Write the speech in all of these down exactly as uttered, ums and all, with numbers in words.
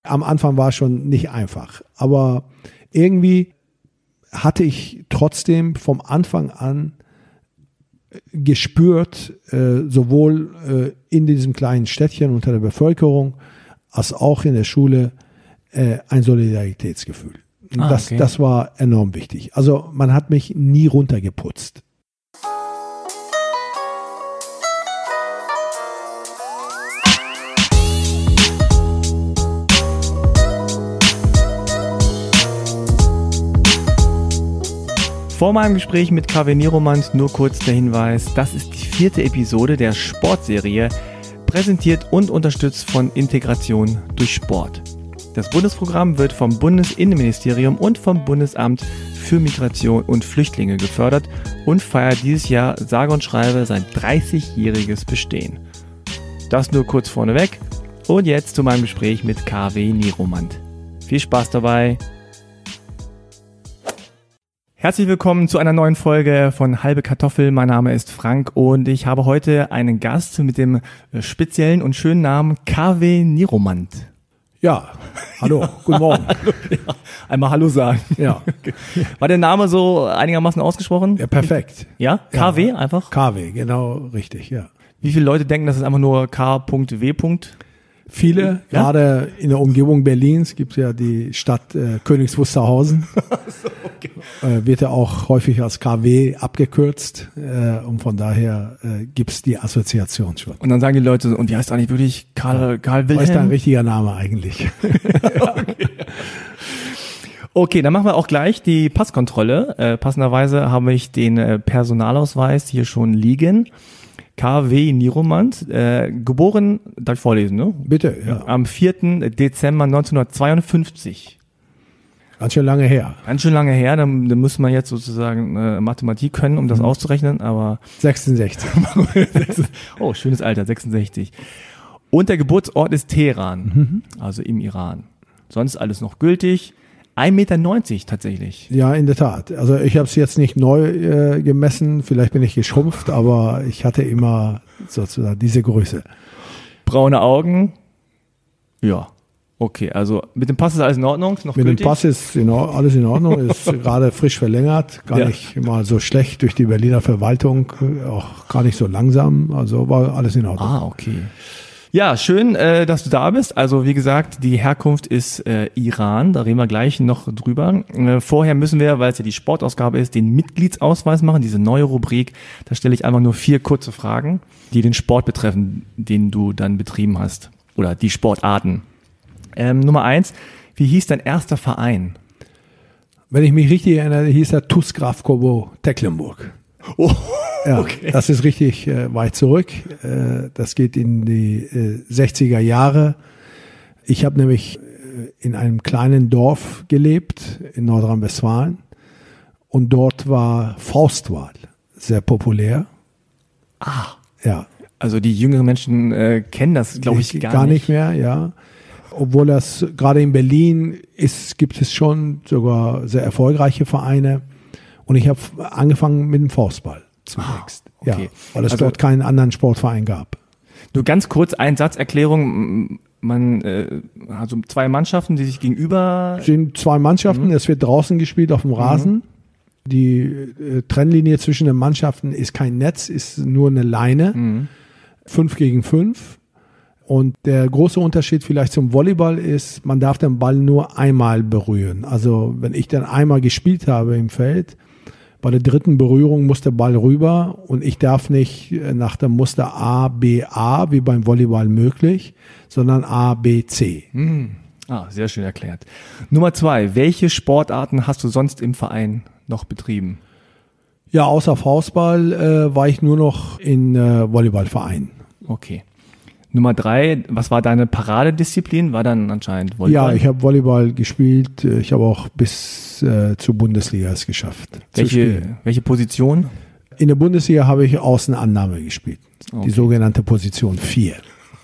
Am Anfang war es schon nicht einfach, aber irgendwie hatte ich trotzdem vom Anfang an gespürt, äh, sowohl äh, in diesem kleinen Städtchen unter der Bevölkerung als auch in der Schule, äh, ein Solidaritätsgefühl. Ah, das, okay. das war enorm wichtig. Also man hat mich nie runtergeputzt. Vor meinem Gespräch mit K W Nieromant nur kurz der Hinweis, das ist die vierte Episode der Sportserie, präsentiert und unterstützt von Integration durch Sport. Das Bundesprogramm wird vom Bundesinnenministerium und vom Bundesamt für Migration und Flüchtlinge gefördert und feiert dieses Jahr sage und schreibe sein dreißigjähriges Bestehen. Das nur kurz vorneweg und jetzt zu meinem Gespräch mit K W Nieromant. Viel Spaß dabei! Herzlich willkommen zu einer neuen Folge von Halbe Kartoffel. Mein Name ist Frank und ich habe heute einen Gast mit dem speziellen und schönen Namen K W Nieromant. Ja, hallo, guten Morgen. Hallo, ja. Einmal Hallo sagen. Ja. War der Name so einigermaßen ausgesprochen? Ja, perfekt. Ja? K W ja, einfach? K W, genau, richtig, ja. Wie viele Leute denken, das ist einfach nur K W? Viele, Ja? gerade in der Umgebung Berlins, gibt es ja die Stadt äh, Königs Wusterhausen. so, okay. äh, wird ja auch häufig als K W abgekürzt äh, und von daher äh, gibt es die Assoziation schon. Und dann sagen die Leute so, und wie heißt eigentlich wirklich Karl, Karl Wilhelm? Was ist dein richtiger Name eigentlich? okay. Okay, dann machen wir auch gleich die Passkontrolle. Äh, passenderweise habe ich den äh, Personalausweis hier schon liegen. K W Nieromant, äh, geboren, darf ich vorlesen, ne? Bitte, ja. Am vierten Dezember neunzehnhundertzweiundfünfzig. Ganz schön lange her. Ganz schön lange her, dann, dann muss man jetzt sozusagen äh, Mathematik können, um das Mhm. auszurechnen, aber sechsundsechzig. oh, schönes Alter, sechsundsechzig. Und der Geburtsort ist Teheran, Mhm. also im Iran. Sonst alles noch gültig. ein Meter neunzig tatsächlich. Ja, in der Tat. Also ich habe es jetzt nicht neu äh, gemessen, vielleicht bin ich geschrumpft, aber ich hatte immer sozusagen diese Größe. Braune Augen. Ja, okay. Also mit dem Pass ist alles in Ordnung? Ist noch Mit gültig? dem Pass ist in Or- alles in Ordnung, ist gerade frisch verlängert, gar Ja. nicht mal so schlecht durch die Berliner Verwaltung, auch gar nicht so langsam, also war alles in Ordnung. Ah, okay. Ja, schön, äh, dass du da bist. Also wie gesagt, die Herkunft ist äh, Iran, da reden wir gleich noch drüber. Äh, vorher müssen wir, weil es ja die Sportausgabe ist, den Mitgliedsausweis machen, diese neue Rubrik. Da stelle ich einfach nur vier kurze Fragen, die den Sport betreffen, den du dann betrieben hast. Oder die Sportarten. Ähm, Nummer eins, wie hieß dein erster Verein? Wenn ich mich richtig erinnere, hieß er T U S Grafkowo Tecklenburg. Oh, Ja, okay. das ist richtig äh, weit zurück. Äh, das geht in die äh, sechziger Jahre. Ich habe nämlich äh, in einem kleinen Dorf gelebt in Nordrhein-Westfalen und dort war Faustball sehr populär. Ah, Ja, also die jüngeren Menschen äh, kennen das, glaube ich, gar, gar nicht. nicht mehr, ja. Obwohl das gerade in Berlin ist, gibt es schon sogar sehr erfolgreiche Vereine. Und ich habe angefangen mit dem Faustball zunächst. Ah, okay. Ja, weil es Also- dort keinen anderen Sportverein gab. Nur ganz kurz, ein Satzerklärung. Man äh, hat so zwei Mannschaften, die sich gegenüber... Es sind zwei Mannschaften, Mhm. es wird draußen gespielt auf dem Rasen. Die äh, Trennlinie zwischen den Mannschaften ist kein Netz, ist nur eine Leine. Mhm. Fünf gegen fünf. Und der große Unterschied vielleicht zum Volleyball ist, man darf den Ball nur einmal berühren. Also wenn ich dann einmal gespielt habe im Feld, bei der dritten Berührung muss der Ball rüber und ich darf nicht nach dem Muster A, B, A, wie beim Volleyball möglich, sondern A, B, C. Hm. Ah, sehr schön erklärt. Nummer zwei, welche Sportarten hast du sonst im Verein noch betrieben? Ja, außer Faustball äh, war ich nur noch in äh, Volleyballverein. Okay. Nummer drei, was war deine Paradedisziplin? War dann anscheinend Volleyball? Ja, ich habe Volleyball gespielt. Ich habe auch bis äh, zur Bundesliga es geschafft. zu spielen. welche, welche Position? In der Bundesliga habe ich Außenannahme gespielt. Okay. Die sogenannte Position vier.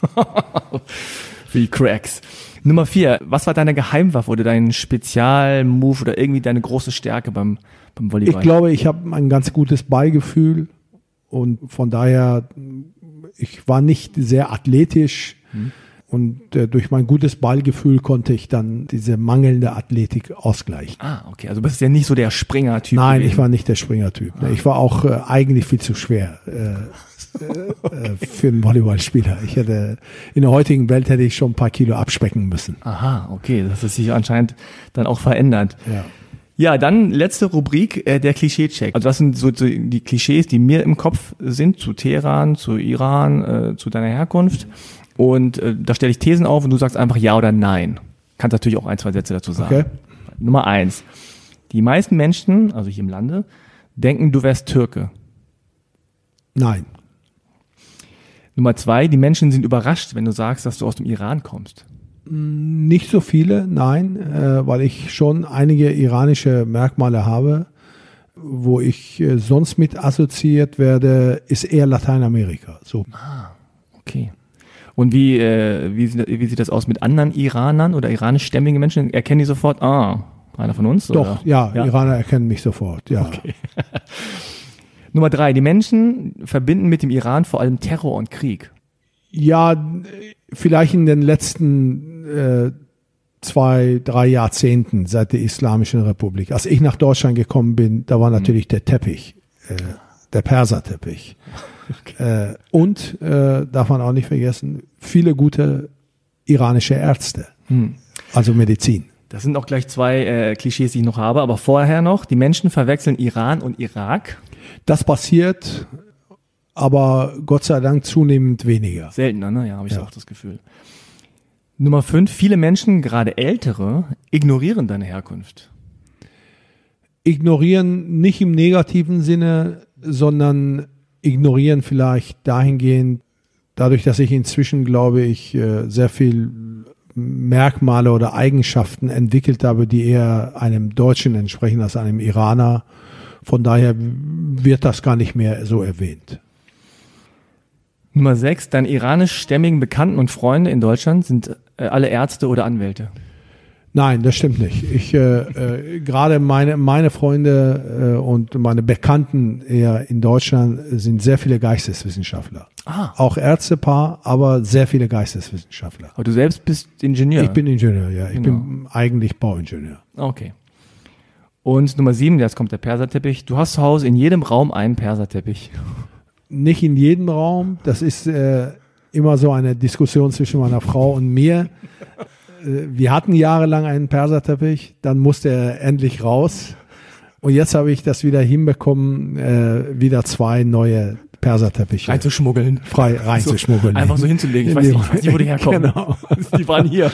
Für die Cracks. Nummer vier, was war deine Geheimwaffe oder dein Spezialmove oder irgendwie deine große Stärke beim, beim Volleyball? Ich glaube, ich habe ein ganz gutes Ballgefühl und von daher, ich war nicht sehr athletisch, Hm. Und äh, durch mein gutes Ballgefühl konnte ich dann diese mangelnde Athletik ausgleichen. Ah, okay. Also bist du ja nicht so der Springer-Typ. Nein, gewesen. ich war nicht der Springer-Typ. Ah. Ich war auch äh, eigentlich viel zu schwer äh, äh, für einen Volleyballspieler. Ich hätte, in der heutigen Welt hätte ich schon ein paar Kilo abspecken müssen. Aha, okay. Das hat sich anscheinend dann auch verändert. Ja. Ja, dann letzte Rubrik, äh, der Klischee-Check. Also was sind so, so die Klischees, die mir im Kopf sind zu Teheran, zu Iran, äh, zu deiner Herkunft. Und äh, da stelle ich Thesen auf und du sagst einfach ja oder nein. Kannst natürlich auch ein, zwei Sätze dazu sagen. Okay. Nummer eins. Die meisten Menschen, also hier im Lande, denken, du wärst Türke. Nein. Nummer zwei. Die Menschen sind überrascht, wenn du sagst, dass du aus dem Iran kommst. Nicht so viele, nein, äh, weil ich schon einige iranische Merkmale habe. Wo ich äh, sonst mit assoziiert werde, ist eher Lateinamerika. So. Ah, okay. Und wie, äh, wie, sieht, wie sieht das aus mit anderen Iranern oder iranischstämmigen Menschen? Erkennen die sofort, ah, einer von uns? Doch, oder? ja, ja, Iraner erkennen mich sofort, ja. Okay. Nummer drei, die Menschen verbinden mit dem Iran vor allem Terror und Krieg. Ja, vielleicht in den letzten äh, zwei, drei Jahrzehnten seit der Islamischen Republik. Als ich nach Deutschland gekommen bin, da war natürlich mhm. der Teppich, äh, der Perserteppich. Okay. Äh, und, äh, darf man auch nicht vergessen, viele gute iranische Ärzte, hm. also Medizin. Das sind auch gleich zwei äh, Klischees, die ich noch habe, aber vorher noch, die Menschen verwechseln Iran und Irak. Das passiert, aber Gott sei Dank zunehmend weniger. Seltener, ne? Ja, habe ich ja. auch das Gefühl. Nummer fünf, viele Menschen, gerade ältere, ignorieren deine Herkunft. Ignorieren nicht im negativen Sinne, sondern ignorieren vielleicht dahingehend, dadurch, dass ich inzwischen, glaube ich, sehr viel Merkmale oder Eigenschaften entwickelt habe, die eher einem Deutschen entsprechen als einem Iraner. Von daher wird das gar nicht mehr so erwähnt. Nummer sechs, deine iranischstämmigen Bekannten und Freunde in Deutschland sind äh, alle Ärzte oder Anwälte? Nein, das stimmt nicht. Ich äh, äh, gerade meine meine Freunde äh, und meine Bekannten eher in Deutschland sind sehr viele Geisteswissenschaftler. Ah. Auch Ärztepaar, aber sehr viele Geisteswissenschaftler. Aber du selbst bist Ingenieur? Ich bin Ingenieur, ja. Ich genau. bin eigentlich Bauingenieur. Okay. Und Nummer sieben, jetzt kommt der Perserteppich. Du hast zu Hause in jedem Raum einen Perserteppich. Nicht in jedem Raum. Das ist äh, immer so eine Diskussion zwischen meiner Frau und mir. Wir hatten jahrelang einen Perserteppich, dann musste er endlich raus. Und jetzt habe ich das wieder hinbekommen, äh, wieder zwei neue Perserteppiche reinzuschmuggeln. Frei reinzuschmuggeln. So, einfach so hinzulegen. Ich weiß nicht, ich weiß nicht, wo die herkommen. Genau. Die waren hier.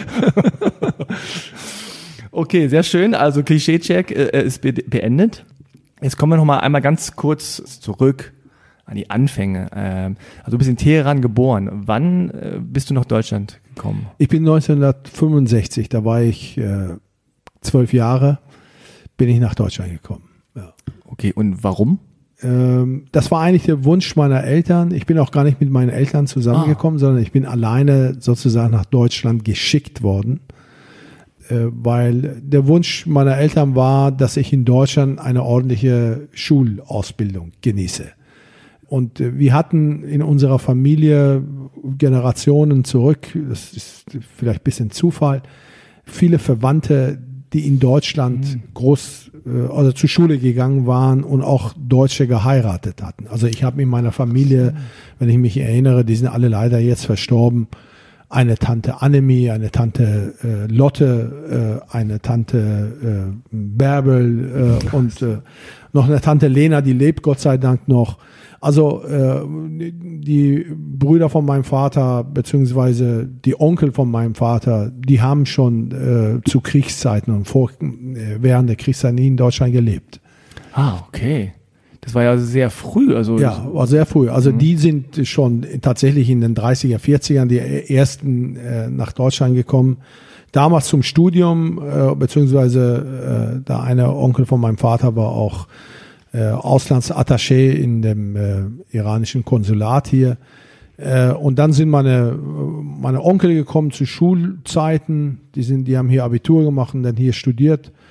Okay, sehr schön. Also Klischee-Check äh, ist be- beendet. Jetzt kommen wir noch mal einmal ganz kurz zurück an die Anfänge. Ähm, also du bist in Teheran geboren. Wann äh, bist du nach Deutschland gekommen? Ich bin neunzehnhundertfünfundsechzig, da war ich äh, zwölf Jahre, bin ich nach Deutschland gekommen. Ja. Okay, und warum? Ähm, das war eigentlich der Wunsch meiner Eltern. Ich bin auch gar nicht mit meinen Eltern zusammengekommen, ah. sondern ich bin alleine sozusagen nach Deutschland geschickt worden, äh, weil der Wunsch meiner Eltern war, dass ich in Deutschland eine ordentliche Schulausbildung genieße. Und wir hatten in unserer Familie Generationen zurück, das ist vielleicht ein bisschen Zufall, viele Verwandte, die in Deutschland mhm. groß, also zur Schule gegangen waren und auch Deutsche geheiratet hatten. Also ich habe in meiner Familie, wenn ich mich erinnere, die sind alle leider jetzt verstorben, eine Tante Annemie, eine Tante äh, Lotte, äh, eine Tante äh, Bärbel äh, und äh, noch eine Tante Lena, die lebt Gott sei Dank noch. Also äh, die Brüder von meinem Vater beziehungsweise die Onkel von meinem Vater, die haben schon äh, zu Kriegszeiten und vor, äh, während der Kriegszeit in Deutschland gelebt. Ah, okay. Das war ja sehr früh. Also ja, war sehr früh. Also mhm. die sind schon tatsächlich in den dreißiger, vierzigern die ersten äh, nach Deutschland gekommen. Damals zum Studium, äh, beziehungsweise äh, da eine Onkel von meinem Vater war auch Äh, Auslandsattaché in dem äh, iranischen Konsulat hier. Äh, und dann sind meine, meine Onkel gekommen zu Schulzeiten. Die sind, die haben hier Abitur gemacht und dann hier studiert.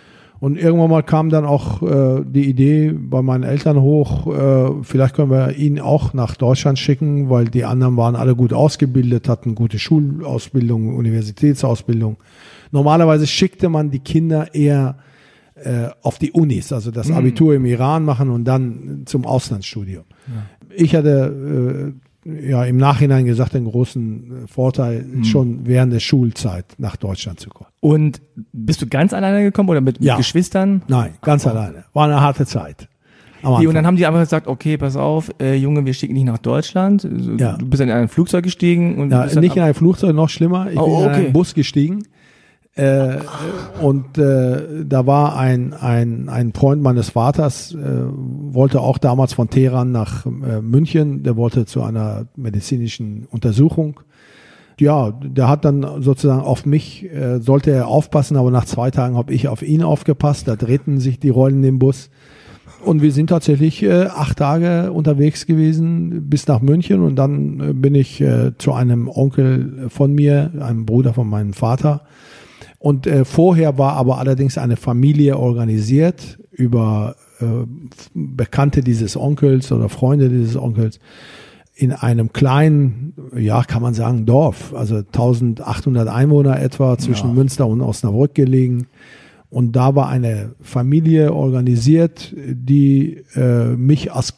Und irgendwann mal kam dann auch äh, die Idee bei meinen Eltern hoch, äh, vielleicht können wir ihn auch nach Deutschland schicken, weil die anderen waren alle gut ausgebildet, hatten gute Schulausbildung, Universitätsausbildung. Normalerweise schickte man die Kinder eher äh, auf die Unis, also das Abitur im Iran machen und dann zum Auslandsstudium. Ja. Ich hatte äh, ja im Nachhinein gesagt, den großen Vorteil, mhm. schon während der Schulzeit nach Deutschland zu kommen. Und bist du ganz alleine gekommen oder mit, ja. mit Geschwistern? Nein, ganz oh. alleine. War eine harte Zeit. Die, und dann haben die einfach gesagt, okay, pass auf, äh, Junge, wir schicken dich nach Deutschland. Ja. Du bist dann in ein Flugzeug gestiegen. Und ja, bist nicht in ein Flugzeug, noch schlimmer. Ich oh, bin okay. in einen Bus gestiegen. Äh, und äh, da war ein, ein, ein Freund meines Vaters, äh, wollte auch damals von Teheran nach äh, München, der wollte zu einer medizinischen Untersuchung. Ja, der hat dann sozusagen auf mich, äh, sollte er aufpassen, aber nach zwei Tagen habe ich auf ihn aufgepasst, da drehten sich die Rollen im Bus. Und wir sind tatsächlich äh, acht Tage unterwegs gewesen bis nach München und dann äh, bin ich äh, zu einem Onkel von mir, einem Bruder von meinem Vater. Und äh, vorher war aber allerdings eine Familie organisiert über äh, Bekannte dieses Onkels oder Freunde dieses Onkels in einem kleinen, ja kann man sagen, Dorf, also eintausendachthundert Einwohner etwa zwischen ja. Münster und Osnabrück gelegen. Und da war eine Familie organisiert, die äh, mich als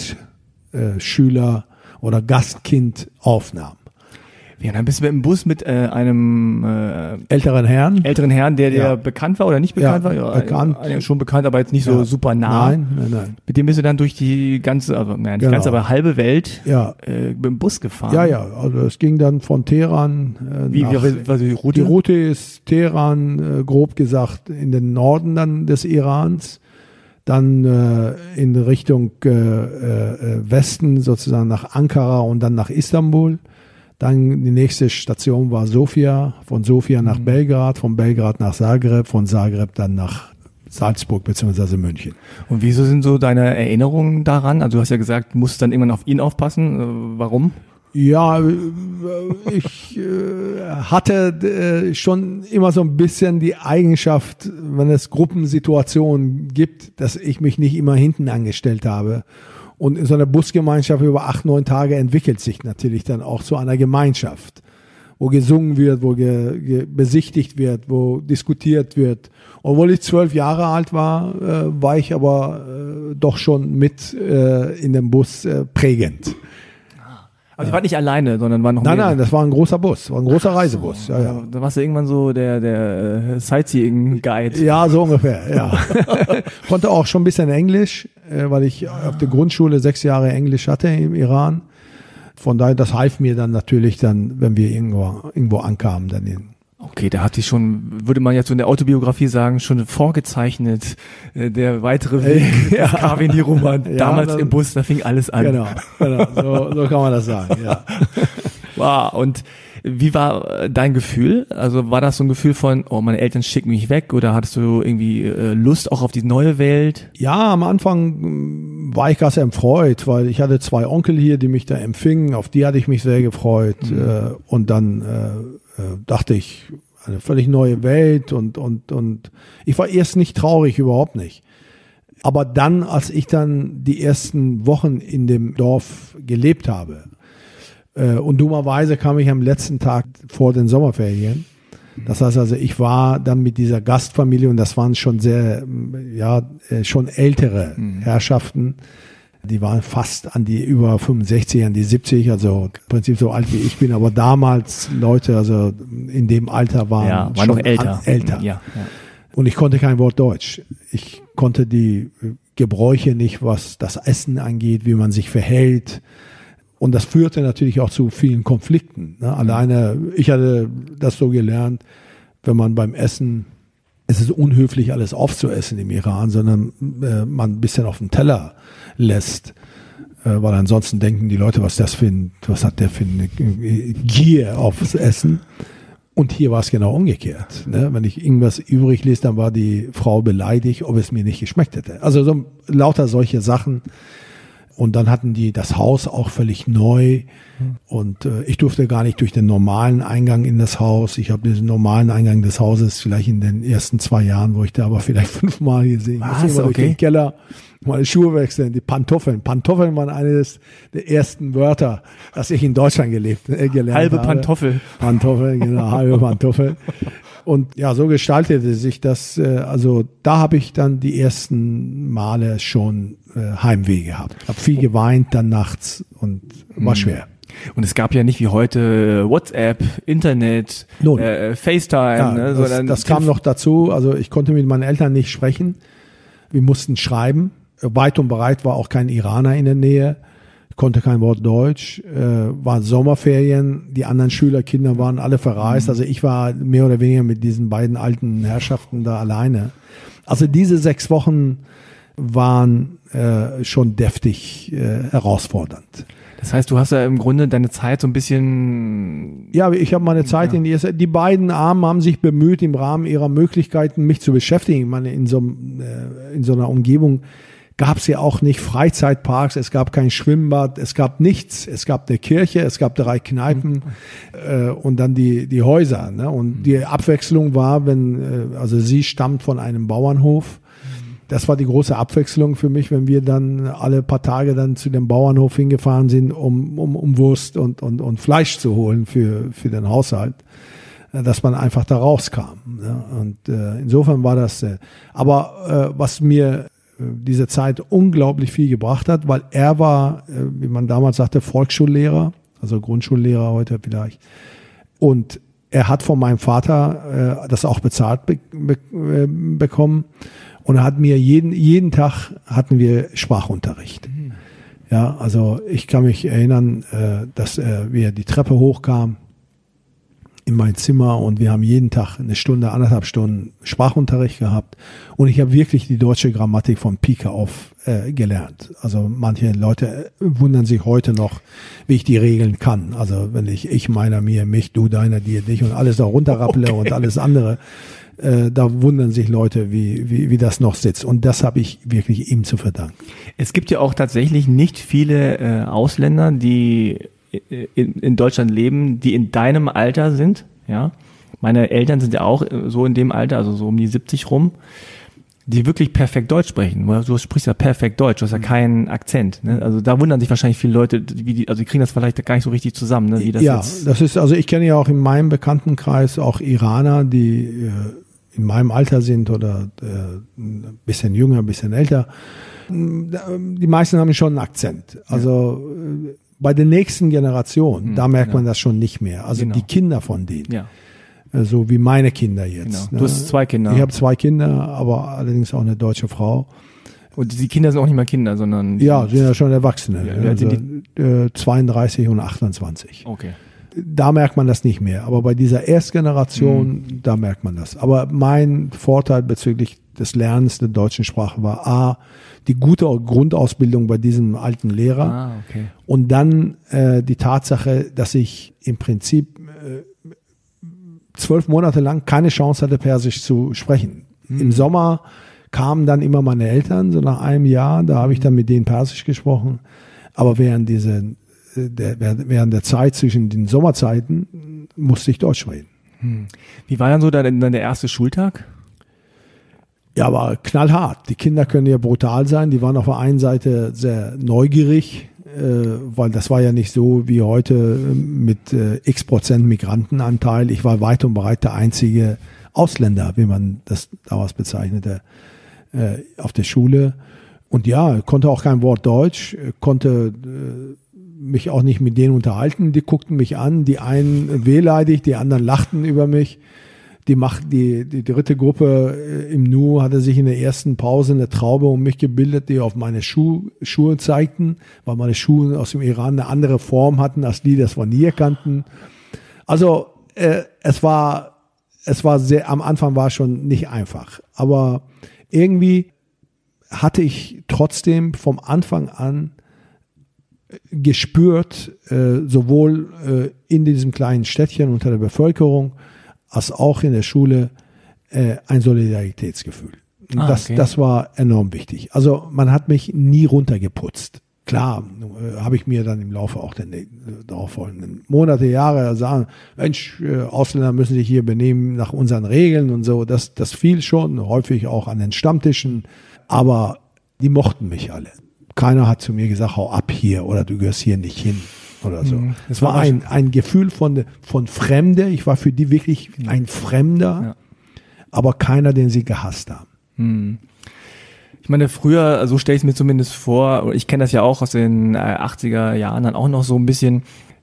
Gastschüler äh, oder Gastkind aufnahm. Ja, dann bist du im Bus mit äh, einem äh, älteren Herrn, älteren Herrn, der dir ja. bekannt war oder nicht bekannt ja, war? Ja, bekannt. Äh, schon bekannt, aber jetzt nicht ja. so super nah. Nein, nein, nein. Mit dem bist du dann durch die ganze, also nein, nicht genau. ganze, aber halbe Welt ja. äh, mit dem Bus gefahren. Ja, ja, also es ging dann von Teheran äh, wie, nach, wie war die Route? Die Route ist Teheran, äh, grob gesagt, in den Norden dann des Irans, dann äh, in Richtung äh, äh, Westen sozusagen nach Ankara und dann nach Istanbul. Dann die nächste Station war Sofia, von Sofia nach mhm. Belgrad, von Belgrad nach Zagreb, von Zagreb dann nach Salzburg bzw. München. Und wieso sind so deine Erinnerungen daran? Also du hast ja gesagt, du musst dann irgendwann auf ihn aufpassen. Warum? Ja, ich hatte schon immer so ein bisschen die Eigenschaft, wenn es Gruppensituationen gibt, dass ich mich nicht immer hinten angestellt habe. Und in so einer Busgemeinschaft über acht, neun Tage entwickelt sich natürlich dann auch zu einer Gemeinschaft, wo gesungen wird, wo ge, ge, besichtigt wird, wo diskutiert wird. Obwohl ich zwölf Jahre alt war, äh, war ich aber äh, doch schon mit äh, in dem Bus äh, prägend. Also ich war nicht alleine, sondern war noch Nein, mehr. nein, das war ein großer Bus, war ein großer Reisebus. Ja, ja. Da warst du irgendwann so der, der Sightseeing-Guide. Ja, so ungefähr, ja. Konnte auch schon ein bisschen Englisch, weil ich auf der Grundschule sechs Jahre Englisch hatte im Iran. Von daher, das half mir dann natürlich dann, wenn wir irgendwo, irgendwo ankamen, dann in Okay, da hatte ich schon, würde man jetzt so in der Autobiografie sagen, schon vorgezeichnet, äh, der weitere Weg ja. des Karvin-Roman. Ja, damals dann, im Bus, da fing alles an. Genau, genau. So, so kann man das sagen, ja. Wow, und wie war dein Gefühl? Also war das so ein Gefühl von, oh, meine Eltern schicken mich weg, oder hattest du irgendwie äh, Lust auch auf die neue Welt? Ja, am Anfang war ich ganz erfreut, weil ich hatte zwei Onkel hier, die mich da empfingen, auf die hatte ich mich sehr gefreut. Mhm. Äh, und dann äh, dachte ich, eine völlig neue Welt und, und, und ich war erst nicht traurig, überhaupt nicht. Aber dann, als ich dann die ersten Wochen in dem Dorf gelebt habe, äh, und dummerweise kam ich am letzten Tag vor den Sommerferien. Das heißt also, ich war dann mit dieser Gastfamilie, und das waren schon sehr, ja, schon ältere mhm. Herrschaften. Die waren fast an die über fünfundsechzig, an die siebzig, also im Prinzip so alt wie ich bin, aber damals Leute, also in dem Alter waren, ja, war schon noch älter. älter. Ja, ja. Und ich konnte kein Wort Deutsch. Ich konnte die Gebräuche nicht, was das Essen angeht, wie man sich verhält. Und das führte natürlich auch zu vielen Konflikten. Ne? Alleine, ich hatte das so gelernt, wenn man beim Essen, es ist unhöflich, alles aufzuessen im Iran, sondern äh, man ein bisschen auf den Teller lässt, äh, weil ansonsten denken die Leute, was das für ein, was hat der für eine Gier aufs Essen. Und hier war es genau umgekehrt. Ne? Wenn ich irgendwas übrig ließ, dann war die Frau beleidigt, ob es mir nicht geschmeckt hätte. Also so lauter solche Sachen. und dann hatten die das Haus auch völlig neu. Und äh, ich durfte gar nicht durch den normalen Eingang in das Haus. Ich habe diesen normalen Eingang des Hauses vielleicht in den ersten zwei Jahren, wo ich da aber vielleicht fünfmal gesehen. Was? Ich immer Okay. durch den Keller meine Schuhe wechseln, die Pantoffeln. Pantoffeln waren eines der ersten Wörter, das ich in Deutschland gelebt, äh, gelernt Halbe habe. Pantoffel. Pantoffel, genau, halbe Pantoffel. Und ja, so gestaltete sich das. Äh, also da habe ich dann die ersten Male schon äh, Heimweh gehabt. Habe viel geweint dann nachts und war schwer. Und es gab ja nicht wie heute WhatsApp, Internet, Null. äh, FaceTime. Ja, ne, das, sondern das kam noch dazu. Also ich konnte mit meinen Eltern nicht sprechen. Wir mussten schreiben. Weit und breit war auch kein Iraner in der Nähe. Ich konnte kein Wort Deutsch. Äh, waren Sommerferien. Die anderen Schülerkinder waren alle verreist. Also ich war mehr oder weniger mit diesen beiden alten Herrschaften da alleine. Also diese sechs Wochen waren äh, schon deftig äh, herausfordernd. Das heißt, du hast ja im Grunde deine Zeit so ein bisschen... Ja, ich habe meine Zeit Ja. in die erste, die beiden Armen haben sich bemüht, im Rahmen ihrer Möglichkeiten mich zu beschäftigen. Ich meine, in so, einem, äh, in so einer Umgebung gab es ja auch nicht Freizeitparks, es gab kein Schwimmbad, es gab nichts. Es gab eine Kirche, es gab drei Kneipen äh, und dann die, die Häuser. Ne? Und die Abwechslung war, wenn, äh, also sie stammt von einem Bauernhof. Das war die große Abwechslung für mich, wenn wir dann alle paar Tage dann zu dem Bauernhof hingefahren sind, um, um, um Wurst und, und, und Fleisch zu holen für, für den Haushalt, äh, dass man einfach da rauskam. Ne? Und äh, insofern war das, äh, aber äh, was mir äh, diese Zeit unglaublich viel gebracht hat, weil er war, äh, wie man damals sagte, Volksschullehrer, also Grundschullehrer heute vielleicht, und er hat von meinem Vater äh, das auch bezahlt be- be- äh, bekommen. Und er hat mir jeden, jeden Tag hatten wir Sprachunterricht. Mhm. Ja, also ich kann mich erinnern, äh, dass äh, wir die Treppe hochkamen in mein Zimmer und wir haben jeden Tag eine Stunde, anderthalb Stunden Sprachunterricht gehabt. Und ich habe wirklich die deutsche Grammatik von Pike auf äh, gelernt. Also manche Leute wundern sich heute noch, wie ich die Regeln kann. Also wenn ich ich, meiner, mir, mich, du, deiner, dir, dich und alles da runterrapple okay. und alles andere. Äh, da wundern sich Leute, wie, wie, wie das noch sitzt. Und das habe ich wirklich ihm zu verdanken. Es gibt ja auch tatsächlich nicht viele äh, Ausländer, die in, in Deutschland leben, die in deinem Alter sind. Ja, meine Eltern sind ja auch so in dem Alter, also so um die siebzig rum, die wirklich perfekt Deutsch sprechen. Du sprichst ja perfekt Deutsch, du hast ja keinen Akzent. Ne? Also da wundern sich wahrscheinlich viele Leute, wie die, also die kriegen das vielleicht gar nicht so richtig zusammen. Ne? Wie das ja, jetzt das ist, also ich kenne ja auch in meinem Bekanntenkreis auch Iraner, die äh, in meinem Alter sind oder äh, ein bisschen jünger, ein bisschen älter. Die meisten haben schon einen Akzent. Also ja. äh, bei der nächsten Generation, hm, da merkt genau. man das schon nicht mehr. Also genau. die Kinder von denen. Ja. Äh, so wie meine Kinder jetzt. Genau. Du hast zwei Kinder. Ich habe zwei Kinder, aber allerdings auch eine deutsche Frau. Und die Kinder sind auch nicht mehr Kinder, sondern... Ja, sind ja schon Erwachsene. Ja, also, sind die? äh, zweiunddreißig und achtundzwanzig. Okay. Da merkt man das nicht mehr. Aber bei dieser Erstgeneration, mhm. da merkt man das. Aber mein Vorteil bezüglich des Lernens der deutschen Sprache war A, die gute Grundausbildung bei diesem alten Lehrer. Ah, okay. Und dann äh, die Tatsache, dass ich im Prinzip äh, zwölf Monate lang keine Chance hatte, Persisch zu sprechen. Mhm. Im Sommer kamen dann immer meine Eltern, so nach einem Jahr, da habe ich dann mit denen Persisch gesprochen. Aber während diese Der, während der Zeit zwischen den Sommerzeiten musste ich Deutsch reden. Hm. Wie war dann so dann, dann der erste Schultag? Ja, aber knallhart. Die Kinder können ja brutal sein. Die waren auf der einen Seite sehr neugierig, äh, weil das war ja nicht so wie heute mit äh, x Prozent Migrantenanteil. Ich war weit und breit der einzige Ausländer, wie man das damals bezeichnete, äh, auf der Schule. Und ja, konnte auch kein Wort Deutsch, konnte äh, mich auch nicht mit denen unterhalten. Die guckten mich an, die einen wehleidig, die anderen lachten über mich. Die macht die, die dritte Gruppe im Nu hatte sich in der ersten Pause eine Traube um mich gebildet, die auf meine Schuh, Schuhe zeigten, weil meine Schuhe aus dem Iran eine andere Form hatten als die, das wir nie kannten. Also äh, es war, es war sehr, am Anfang war es schon nicht einfach, aber irgendwie hatte ich trotzdem vom Anfang an gespürt, äh, sowohl äh, in diesem kleinen Städtchen unter der Bevölkerung, als auch in der Schule äh, ein Solidaritätsgefühl. Ah, das, okay. das war enorm wichtig. Also man hat mich nie runtergeputzt. klar, äh, habe ich mir dann im Laufe auch der äh, darauffolgenden Monate, Jahre sagen, Mensch, äh, Ausländer müssen sich hier benehmen nach unseren Regeln und so. Das, das fiel schon, häufig auch an den Stammtischen. Aber die mochten mich alle. Keiner hat zu mir gesagt, hau ab hier oder du gehörst hier nicht hin oder so. Mhm. Es war ein, ein Gefühl von, von Fremde. Ich war für die wirklich ein Fremder, ja. aber keiner, den sie gehasst haben. Mhm. Ich meine, früher, so stelle ich es mir zumindest vor, ich kenne das ja auch aus den achtziger Jahren dann auch noch so ein bisschen,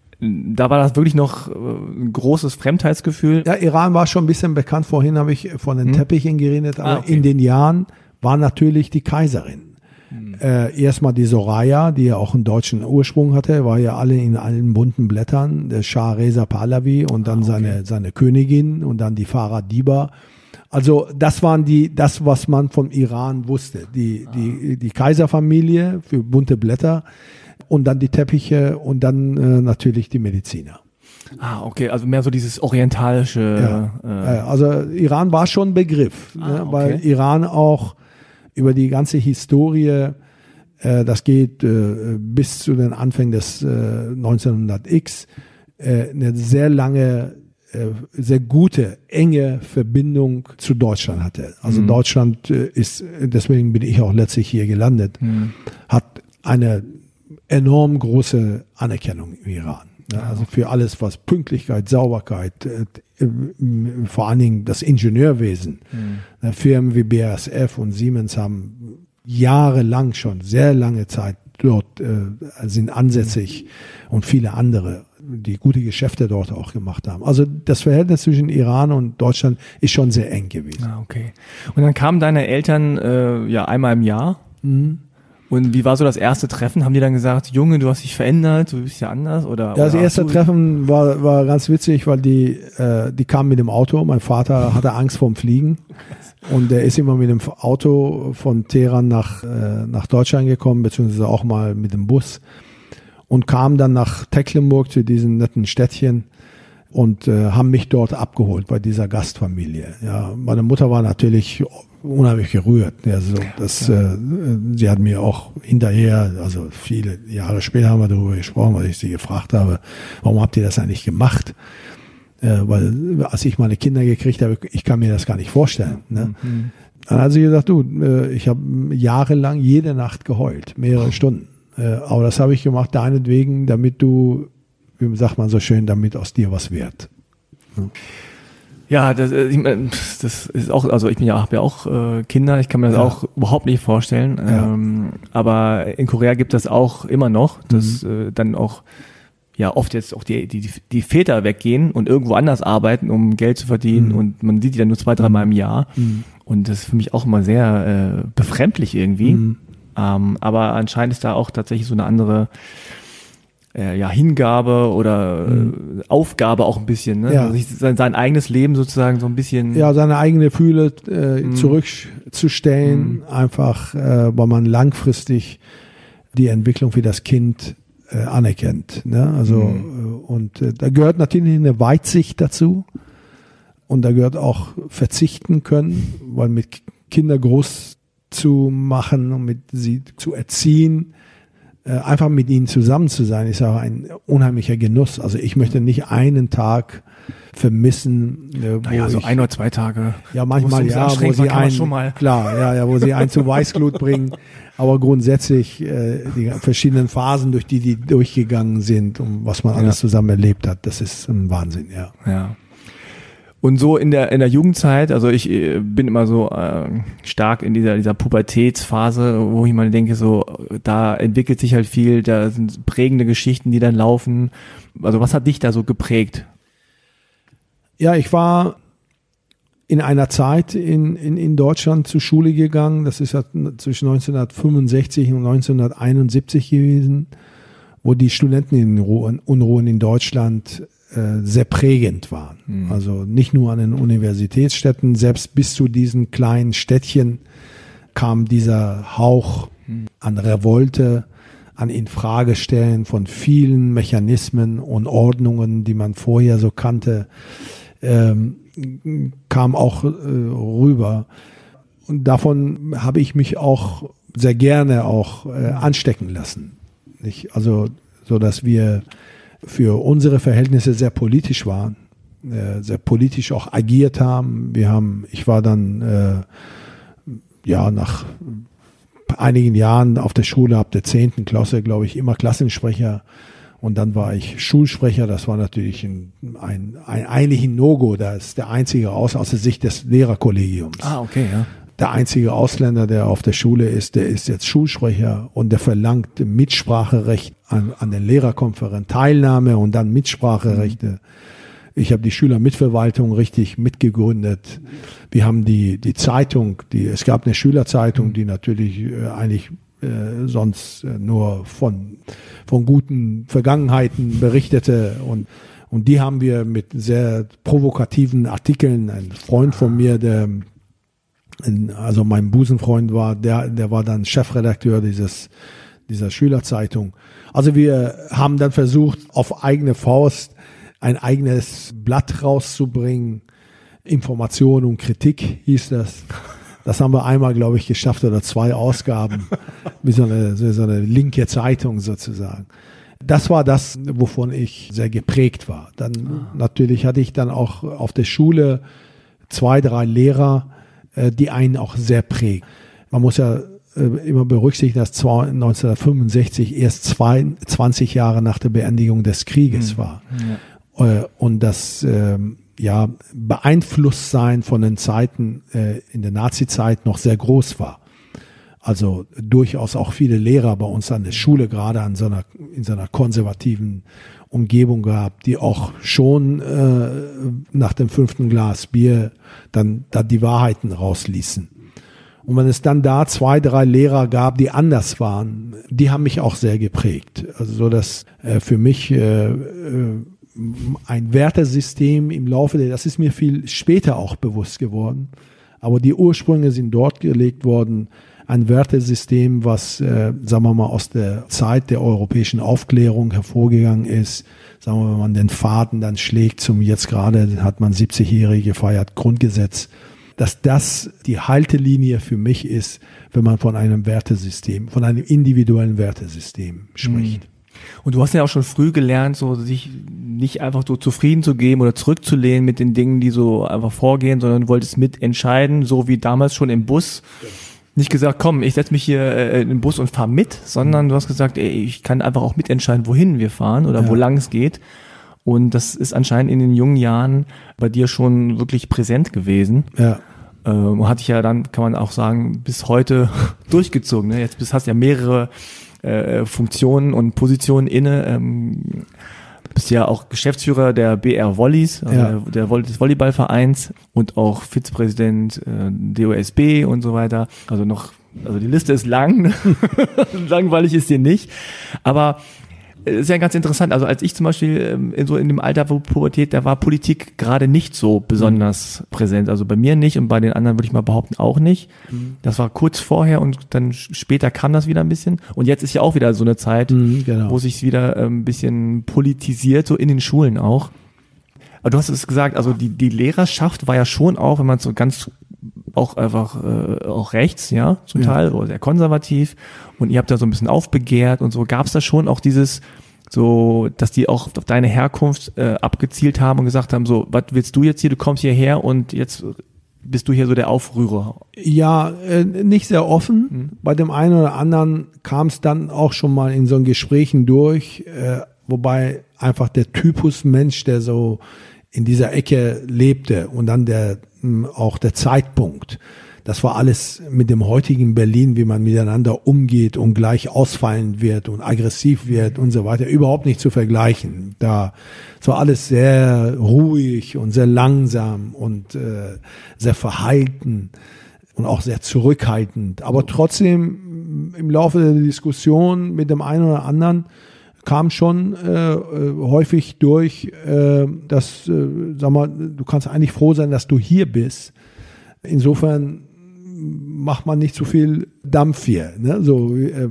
da war das wirklich noch ein großes Fremdheitsgefühl. Ja, Iran war schon ein bisschen bekannt, vorhin habe ich von den hm. Teppichen geredet, aber ah, okay. in den Jahren war natürlich die Kaiserin. Hm. Äh, erstmal die Soraya, die ja auch einen deutschen Ursprung hatte, war ja alle in allen bunten Blättern, der Schah Reza Pahlavi und dann ah, okay. seine, seine Königin und dann die Farah Diba. Also das waren die, das was man vom Iran wusste, die die die Kaiserfamilie für bunte Blätter und dann die Teppiche und dann äh, natürlich die Mediziner. Ah, okay, also mehr so dieses orientalische. Ja. Äh. Also Iran war schon ein Begriff, ah, ne, okay. weil Iran auch über die ganze Historie, äh, das geht äh, bis zu den Anfängen des äh, neunzehnhundert X, äh, eine sehr lange sehr gute, enge Verbindung zu Deutschland hatte. Also mhm. Deutschland ist, deswegen bin ich auch letztlich hier gelandet, mhm. hat eine enorm große Anerkennung im Iran. Ja, also für alles, was Pünktlichkeit, Sauberkeit, äh, vor allen Dingen das Ingenieurwesen. Mhm. Firmen wie B A S F und Siemens haben jahrelang schon, sehr lange Zeit dort, äh, sind ansässig mhm. und viele andere, die gute Geschäfte dort auch gemacht haben. Also das Verhältnis zwischen Iran und Deutschland ist schon sehr eng gewesen. Ah, okay. Und dann kamen deine Eltern äh, ja einmal im Jahr. Mhm. Und wie war so das erste Treffen? Haben die dann gesagt, Junge, du hast dich verändert, du bist ja anders? Oder, ja, das oder erste Treffen war, war ganz witzig, weil die, äh, die kamen mit dem Auto. Mein Vater hatte Angst vorm Fliegen. Und der ist immer mit dem Auto von Teheran nach, äh, nach Deutschland gekommen, beziehungsweise auch mal mit dem Bus. Und kam dann nach Tecklenburg zu diesem netten Städtchen und äh, haben mich dort abgeholt bei dieser Gastfamilie. Ja, meine Mutter war natürlich unheimlich gerührt. Also das, ja. äh, sie hat mir auch hinterher, also viele Jahre später haben wir darüber gesprochen, weil ich sie gefragt habe, warum habt ihr das eigentlich gemacht? Äh, weil als ich meine Kinder gekriegt habe, ich kann mir das gar nicht vorstellen. Ne? Mhm. Dann hat sie gesagt, du, äh, ich habe jahrelang jede Nacht geheult, mehrere oh. Stunden. Aber das habe ich gemacht deinetwegen, damit du, wie sagt man so schön, damit aus dir was wird. Ja, das, ich mein, das ist auch, also ich bin ja, habe ja auch äh, Kinder, ich kann mir das ja. auch überhaupt nicht vorstellen. Ja. Ähm, aber in Korea gibt es auch immer noch, dass mhm. äh, dann auch ja oft jetzt auch die, die, die Väter weggehen und irgendwo anders arbeiten, um Geld zu verdienen mhm. und man sieht die dann nur zwei, dreimal im Jahr. Mhm. Und das ist für mich auch immer sehr äh, befremdlich irgendwie. Mhm. Ähm, aber anscheinend ist da auch tatsächlich so eine andere äh, ja, Hingabe oder mhm. äh, Aufgabe auch ein bisschen, ne? Ja. Also sich sein, sein eigenes Leben sozusagen so ein bisschen. Ja, seine eigene Gefühle äh, mhm. zurückzustellen, mhm. einfach, äh, weil man langfristig die Entwicklung für das Kind äh, anerkennt. Ne? Also mhm. äh, und äh, da gehört natürlich eine Weitsicht dazu und da gehört auch verzichten können, weil mit Kinder groß zu machen und mit sie zu erziehen, äh, einfach mit ihnen zusammen zu sein, ist auch ein unheimlicher Genuss. Also ich möchte nicht einen Tag vermissen, äh, wo naja, so ich, ein oder zwei Tage. Ja, manchmal ja, wo sie einen, schon mal. klar, ja, ja, wo sie einen zu Weißglut bringen. Aber grundsätzlich äh, die verschiedenen Phasen, durch die die durchgegangen sind und was man alles ja. zusammen erlebt hat, das ist ein Wahnsinn, ja. Ja. Und so in der in der Jugendzeit, also ich äh, bin immer so äh, stark in dieser dieser Pubertätsphase, wo ich mal denke, so da entwickelt sich halt viel, da sind prägende Geschichten, die dann laufen. Also was hat dich da so geprägt? Ja, ich war in einer Zeit in in in Deutschland zur Schule gegangen. Das ist ja zwischen neunzehnhundertfünfundsechzig und neunzehnhunderteinundsiebzig gewesen, wo die Studentenunruhen in Deutschland sehr prägend waren. Mhm. Also nicht nur an den Universitätsstädten, selbst bis zu diesen kleinen Städtchen kam dieser Hauch mhm. an Revolte, an Infragestellen von vielen Mechanismen und Ordnungen, die man vorher so kannte, ähm, kam auch äh, rüber. Und davon habe ich mich auch sehr gerne auch äh, anstecken lassen. Nicht? Also, so dass wir für unsere Verhältnisse sehr politisch waren, äh, sehr politisch auch agiert haben. Wir haben, ich war dann, äh, ja, nach einigen Jahren auf der Schule, ab der zehnten Klasse, glaube ich, immer Klassensprecher. Und dann war ich Schulsprecher. Das war natürlich ein, ein, ein eigentlich ein No-Go. Das ist der einzige aus, aus der Sicht des Lehrerkollegiums. Ah, okay, ja. Der einzige Ausländer, der auf der Schule ist, der ist jetzt Schulsprecher und der verlangt Mitspracherecht an, an den Lehrerkonferenzen, Teilnahme und dann Mitspracherechte. Ich habe die Schülermitverwaltung richtig mitgegründet. Wir haben die die Zeitung, die es gab eine Schülerzeitung, die natürlich äh, eigentlich äh, sonst äh, nur von von guten Vergangenheiten berichtete und und die haben wir mit sehr provokativen Artikeln. Ein Freund von mir, der also mein Busenfreund war, der der war dann Chefredakteur dieses dieser Schülerzeitung. Also wir haben dann versucht, auf eigene Faust ein eigenes Blatt rauszubringen. Information und Kritik hieß das. Das haben wir einmal, glaube ich, geschafft oder zwei Ausgaben. Wie so eine, so eine linke Zeitung sozusagen. Das war das, wovon ich sehr geprägt war. Dann ah. natürlich hatte ich dann auch auf der Schule zwei, drei Lehrer, die einen auch sehr prägen. Man muss ja immer berücksichtigen, dass neunzehnhundertfünfundsechzig erst zwei, zwanzig Jahre nach der Beendigung des Krieges mhm. war. Ja. Und das ähm, ja, Beeinflusstsein von den Zeiten äh, in der Nazi-Zeit noch sehr groß war. Also durchaus auch viele Lehrer bei uns an der Schule, gerade an so einer, in so einer konservativen Umgebung gehabt, die auch schon äh, nach dem fünften Glas Bier dann da die Wahrheiten rausließen. Und wenn es dann da zwei, drei Lehrer gab, die anders waren, die haben mich auch sehr geprägt. Also so, dass äh, für mich äh, äh, ein Wertesystem im Laufe der, das ist mir viel später auch bewusst geworden, aber die Ursprünge sind dort gelegt worden, ein Wertesystem, was, äh, sagen wir mal, aus der Zeit der europäischen Aufklärung hervorgegangen ist, sagen wir mal, wenn man den Faden dann schlägt zum, jetzt gerade hat man siebzigjährige gefeiert, Grundgesetz, dass das die Haltelinie für mich ist, wenn man von einem Wertesystem, von einem individuellen Wertesystem spricht. Und du hast ja auch schon früh gelernt, so sich nicht einfach so zufrieden zu geben oder zurückzulehnen mit den Dingen, die so einfach vorgehen, sondern du wolltest mitentscheiden, so wie damals schon im Bus. Ja. Nicht gesagt, komm, ich setze mich hier äh, in den Bus und fahre mit, sondern du hast gesagt, ey, ich kann einfach auch mitentscheiden, wohin wir fahren oder ja. wo lang es geht. Und das ist anscheinend in den jungen Jahren bei dir schon wirklich präsent gewesen. Ja. Ähm, hatte ich ja dann, kann man auch sagen, bis heute durchgezogen. Ne? Jetzt bist, hast ja mehrere äh, Funktionen und Positionen inne. Ähm, bist ja auch Geschäftsführer der B R Volleys, also ja. der, der des Volleyballvereins und auch Vizepräsident äh, D O S B und so weiter. Also noch, also die Liste ist lang. Langweilig ist die nicht. Aber ist ja ganz interessant. Also als ich zum Beispiel in so in dem Alter von Pubertät, da war Politik gerade nicht so besonders mhm. präsent. Also bei mir nicht und bei den anderen würde ich mal behaupten auch nicht. Mhm. Das war kurz vorher und dann später kam das wieder ein bisschen. Und jetzt ist ja auch wieder so eine Zeit, mhm, genau. wo sich wieder ein bisschen politisiert, so in den Schulen auch. Aber du hast es gesagt, also die die Lehrerschaft war ja schon auch, wenn man so ganz auch einfach äh, auch rechts, ja, zum ja. Teil, oder sehr konservativ. Und ihr habt da so ein bisschen aufbegehrt und so. Gab es da schon auch dieses, so, dass die auch auf deine Herkunft äh, abgezielt haben und gesagt haben, so, was willst du jetzt hier? Du kommst hierher und jetzt bist du hier so der Aufrührer. Ja, äh, nicht sehr offen. Hm. Bei dem einen oder anderen kam es dann auch schon mal in so einen Gesprächen durch, äh, wobei einfach der Typus Mensch, der so in dieser Ecke lebte und dann der auch der Zeitpunkt. Das war alles mit dem heutigen Berlin, wie man miteinander umgeht und gleich ausfallend wird und aggressiv wird und so weiter, überhaupt nicht zu vergleichen. Da es war alles sehr ruhig und sehr langsam und äh, sehr verhalten und auch sehr zurückhaltend. Aber trotzdem im Laufe der Diskussion mit dem einen oder anderen kam schon äh, häufig durch, äh, dass, äh, sag mal, du kannst eigentlich froh sein, dass du hier bist. Insofern macht man nicht so viel Dampf hier. Ne? So, äh,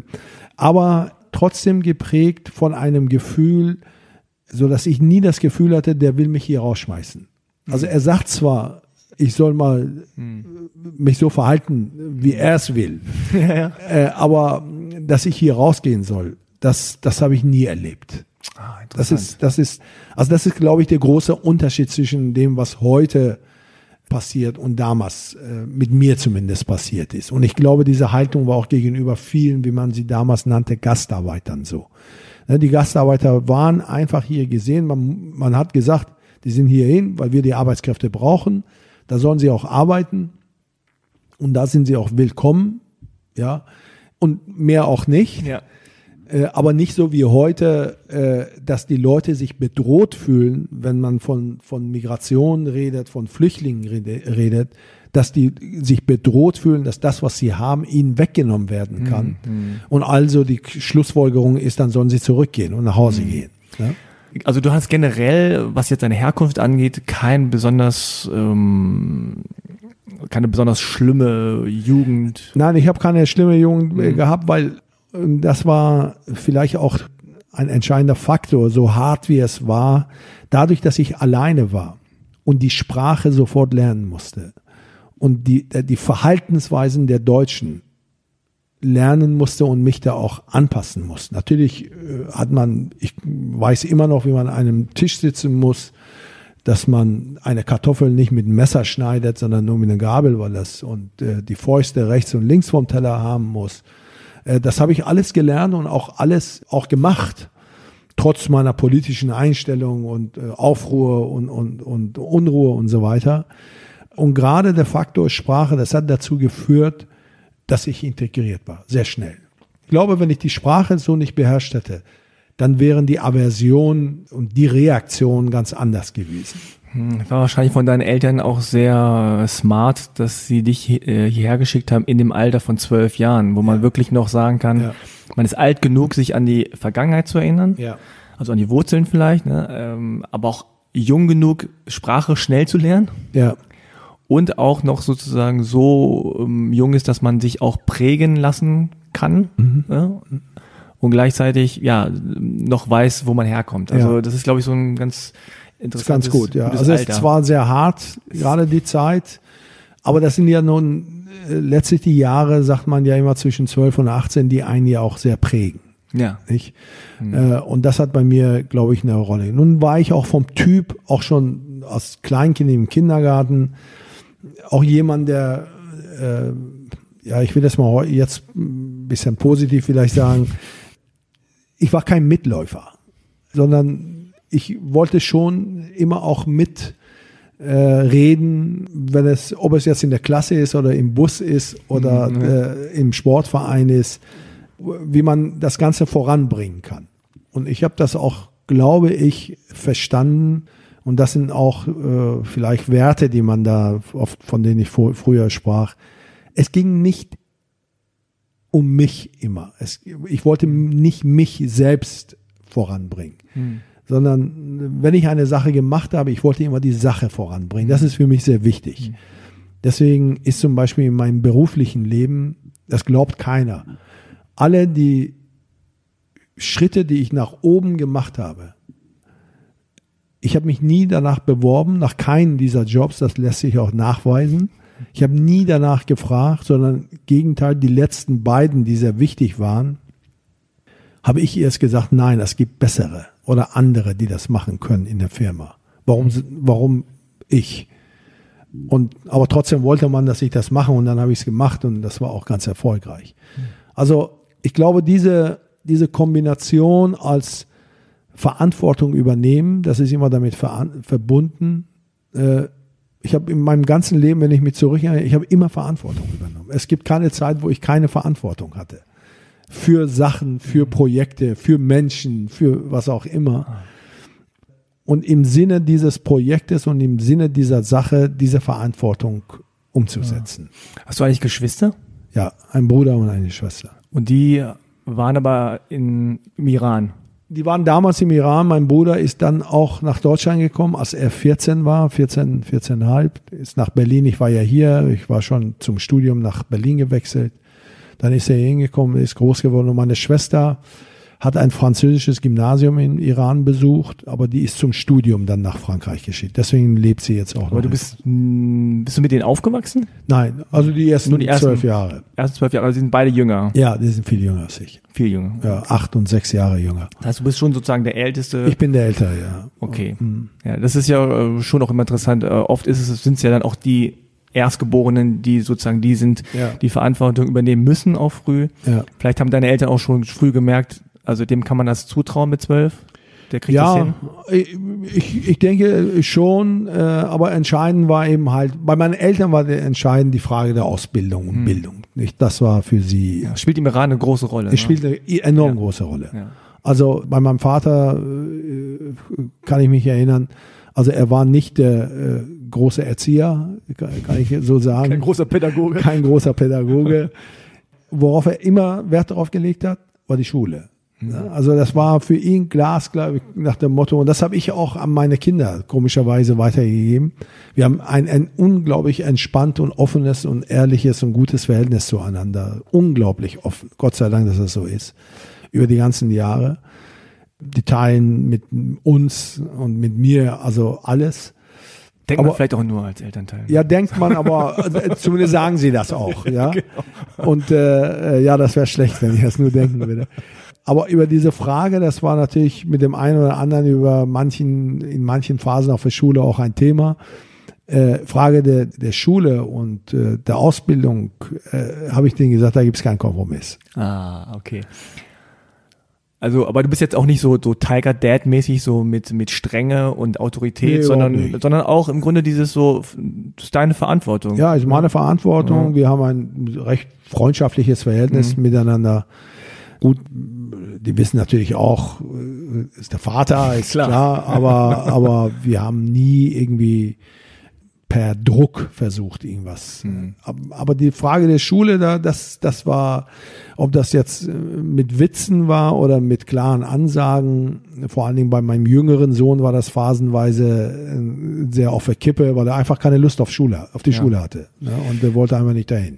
aber trotzdem geprägt von einem Gefühl, so dass ich nie das Gefühl hatte, der will mich hier rausschmeißen. Also er sagt zwar, ich soll mal hm. mich so verhalten, wie er es will, ja, ja. Äh, aber dass ich hier rausgehen soll, das, das habe ich nie erlebt. Ah, das ist, das ist, also das ist, glaube ich, der große Unterschied zwischen dem, was heute passiert und damals äh, mit mir zumindest passiert ist. Und ich glaube, diese Haltung war auch gegenüber vielen, wie man sie damals nannte, Gastarbeitern so. Ja, die Gastarbeiter waren einfach hier gesehen. Man, man hat gesagt, die sind hierhin, weil wir die Arbeitskräfte brauchen. Da sollen sie auch arbeiten. Und da sind sie auch willkommen. Ja. Und mehr auch nicht. Ja. Äh, aber nicht so wie heute, äh, dass die Leute sich bedroht fühlen, wenn man von, von Migration redet, von Flüchtlingen rede, redet, dass die sich bedroht fühlen, dass das, was sie haben, ihnen weggenommen werden kann. Mhm. Und also die Schlussfolgerung ist, dann sollen sie zurückgehen und nach Hause mhm. gehen. Ja? Also du hast generell, was jetzt deine Herkunft angeht, kein besonders, ähm, keine besonders schlimme Jugend. Nein, ich habe keine schlimme Jugend mhm. gehabt, weil das war vielleicht auch ein entscheidender Faktor, so hart wie es war, dadurch, dass ich alleine war und die Sprache sofort lernen musste und die, die Verhaltensweisen der Deutschen lernen musste und mich da auch anpassen musste. Natürlich hat man, ich weiß immer noch, wie man an einem Tisch sitzen muss, dass man eine Kartoffel nicht mit einem Messer schneidet, sondern nur mit einer Gabel, weil das und äh, die Fäuste rechts und links vom Teller haben muss. Das habe ich alles gelernt und auch alles auch gemacht, trotz meiner politischen Einstellung und äh, Aufruhr und, und, und Unruhe und so weiter. Und gerade der Faktor Sprache, das hat dazu geführt, dass ich integriert war, sehr schnell. Ich glaube, wenn ich die Sprache so nicht beherrscht hätte, dann wären die Aversion und die Reaktion ganz anders gewesen. War wahrscheinlich von deinen Eltern auch sehr smart, dass sie dich hierher geschickt haben in dem Alter von zwölf Jahren, wo man ja. wirklich noch sagen kann, ja. man ist alt genug, sich an die Vergangenheit zu erinnern, ja. also an die Wurzeln vielleicht, ne? ähm, aber auch jung genug, Sprache schnell zu lernen. Ja. Und auch noch sozusagen so ähm, jung ist, dass man sich auch prägen lassen kann. Mhm. Ja? Und gleichzeitig ja noch weiß, wo man herkommt. Also ja. das ist, glaube ich, so ein ganz Das ist ganz gut, ja. Also es ist zwar sehr hart, gerade die Zeit, aber das sind ja nun äh, letztlich die Jahre, sagt man ja immer zwischen zwölf und achtzehn, die einen ja auch sehr prägen. Ja. Nicht? Mhm. Äh, und das hat bei mir, glaube ich, eine Rolle. Nun war ich auch vom Typ, auch schon als Kleinkind im Kindergarten, auch jemand, der, äh, ja, ich will das mal jetzt ein bisschen positiv vielleicht sagen, ich war kein Mitläufer, sondern ich wollte schon immer auch mit äh, reden, wenn es, ob es jetzt in der Klasse ist oder im Bus ist oder mhm. äh, im Sportverein ist, wie man das Ganze voranbringen kann. Und ich habe das auch, glaube ich, verstanden. Und das sind auch äh, vielleicht Werte, die man da, oft, von denen ich vor, früher sprach. Es ging nicht um mich immer. Es, ich wollte nicht mich selbst voranbringen. Mhm. Sondern wenn ich eine Sache gemacht habe, ich wollte immer die Sache voranbringen. Das ist für mich sehr wichtig. Mhm. Deswegen ist zum Beispiel in meinem beruflichen Leben, das glaubt keiner, alle die Schritte, die ich nach oben gemacht habe, ich habe mich nie danach beworben, nach keinem dieser Jobs, das lässt sich auch nachweisen. Ich habe nie danach gefragt, sondern im Gegenteil, die letzten beiden, die sehr wichtig waren, habe ich erst gesagt, nein, es gibt bessere oder andere, die das machen können in der Firma. Warum, warum ich? Und, aber trotzdem wollte man, dass ich das mache und dann habe ich es gemacht und das war auch ganz erfolgreich. Also ich glaube, diese, diese Kombination als Verantwortung übernehmen, das ist immer damit ver- verbunden. Äh, ich habe in meinem ganzen Leben, wenn ich mich zurückerinnere, ich habe immer Verantwortung übernommen. Es gibt keine Zeit, wo ich keine Verantwortung hatte. Für Sachen, für Projekte, für Menschen, für was auch immer. Und im Sinne dieses Projektes und im Sinne dieser Sache, diese Verantwortung umzusetzen. Hast du eigentlich Geschwister? Ja, ein Bruder und eine Schwester. Und die waren aber in, im Iran? Die waren damals im Iran. Mein Bruder ist dann auch nach Deutschland gekommen, als er vierzehn war, vierzehn, vierzehnhalb, ist nach Berlin. Ich war ja hier, ich war schon zum Studium nach Berlin gewechselt. Dann ist er hier hingekommen, ist groß geworden und meine Schwester hat ein französisches Gymnasium in Iran besucht, aber die ist zum Studium dann nach Frankreich geschickt. Deswegen lebt sie jetzt auch noch. Aber du bist, mh, bist du mit denen aufgewachsen? Nein, also die ersten, Nur die ersten zwölf Jahre. Ersten zwölf Jahre, also sie sind beide jünger. Ja, die sind viel jünger als ich. Viel jünger. Ja, acht und sechs Jahre jünger. Das heißt, du bist schon sozusagen der Älteste. Ich bin der Ältere, ja. Okay. Mhm. Ja, das ist ja äh, schon auch immer interessant. Äh, oft ist es, sind es ja dann auch die Erstgeborenen, die sozusagen die sind, Ja. die Verantwortung übernehmen müssen auch früh. Ja. Vielleicht haben deine Eltern auch schon früh gemerkt, also dem kann man das zutrauen mit zwölf. Der kriegt das hin. Ja, ich, ich, ich denke schon, äh, aber entscheidend war eben halt, bei meinen Eltern war der entscheidend die Frage der Ausbildung und Hm. Bildung. Nicht? Das war für sie, Ja, spielt im Iran eine große Rolle. es ne? spielt eine enorm Ja. große Rolle. Ja. Also bei meinem Vater äh, kann ich mich erinnern, also er war nicht der äh, große Erzieher, kann, kann ich so sagen. Kein großer Pädagoge. Kein großer Pädagoge. Worauf er immer Wert darauf gelegt hat, war die Schule. Ja, also das war für ihn glasklar nach dem Motto, und das habe ich auch an meine Kinder komischerweise weitergegeben. Wir haben ein, ein unglaublich entspannt und offenes und ehrliches und gutes Verhältnis zueinander. Unglaublich offen. Gott sei Dank, dass das so ist. Über die ganzen Jahre. Die teilen mit uns und mit mir also alles. Denkt Aber- man vielleicht auch nur als Elternteil. Ja, denkt man, aber äh, zumindest sagen sie das auch, ja. Und äh, äh, ja, das wäre schlecht, wenn ich das nur denken würde. Aber über diese Frage, das war natürlich mit dem einen oder anderen über manchen, in manchen Phasen auf der Schule auch ein Thema. Äh, Frage der, der Schule und äh, der Ausbildung, äh, habe ich denen gesagt, da gibt es keinen Kompromiss. Ah, okay. Also, aber du bist jetzt auch nicht so, so Tiger Dad mäßig so mit, mit Strenge und Autorität, Nee, sondern, überhaupt nicht. sondern auch im Grunde dieses so, das ist deine Verantwortung. Ja, ist meine Verantwortung. Ja. Wir haben ein recht freundschaftliches Verhältnis Mhm. miteinander. Gut, die wissen natürlich auch, äh, ist der Vater, ist Klar. klar, aber, aber wir haben nie irgendwie per Druck versucht, irgendwas. Mhm. Ab- Aber die Frage der Schule, da, das, das war, ob das jetzt äh, mit Witzen war oder mit klaren Ansagen, vor allen Dingen bei meinem jüngeren Sohn war das phasenweise äh, sehr auf der Kippe, weil er einfach keine Lust auf Schule, auf die Ja. Schule hatte. Ne? Und er wollte einfach nicht dahin.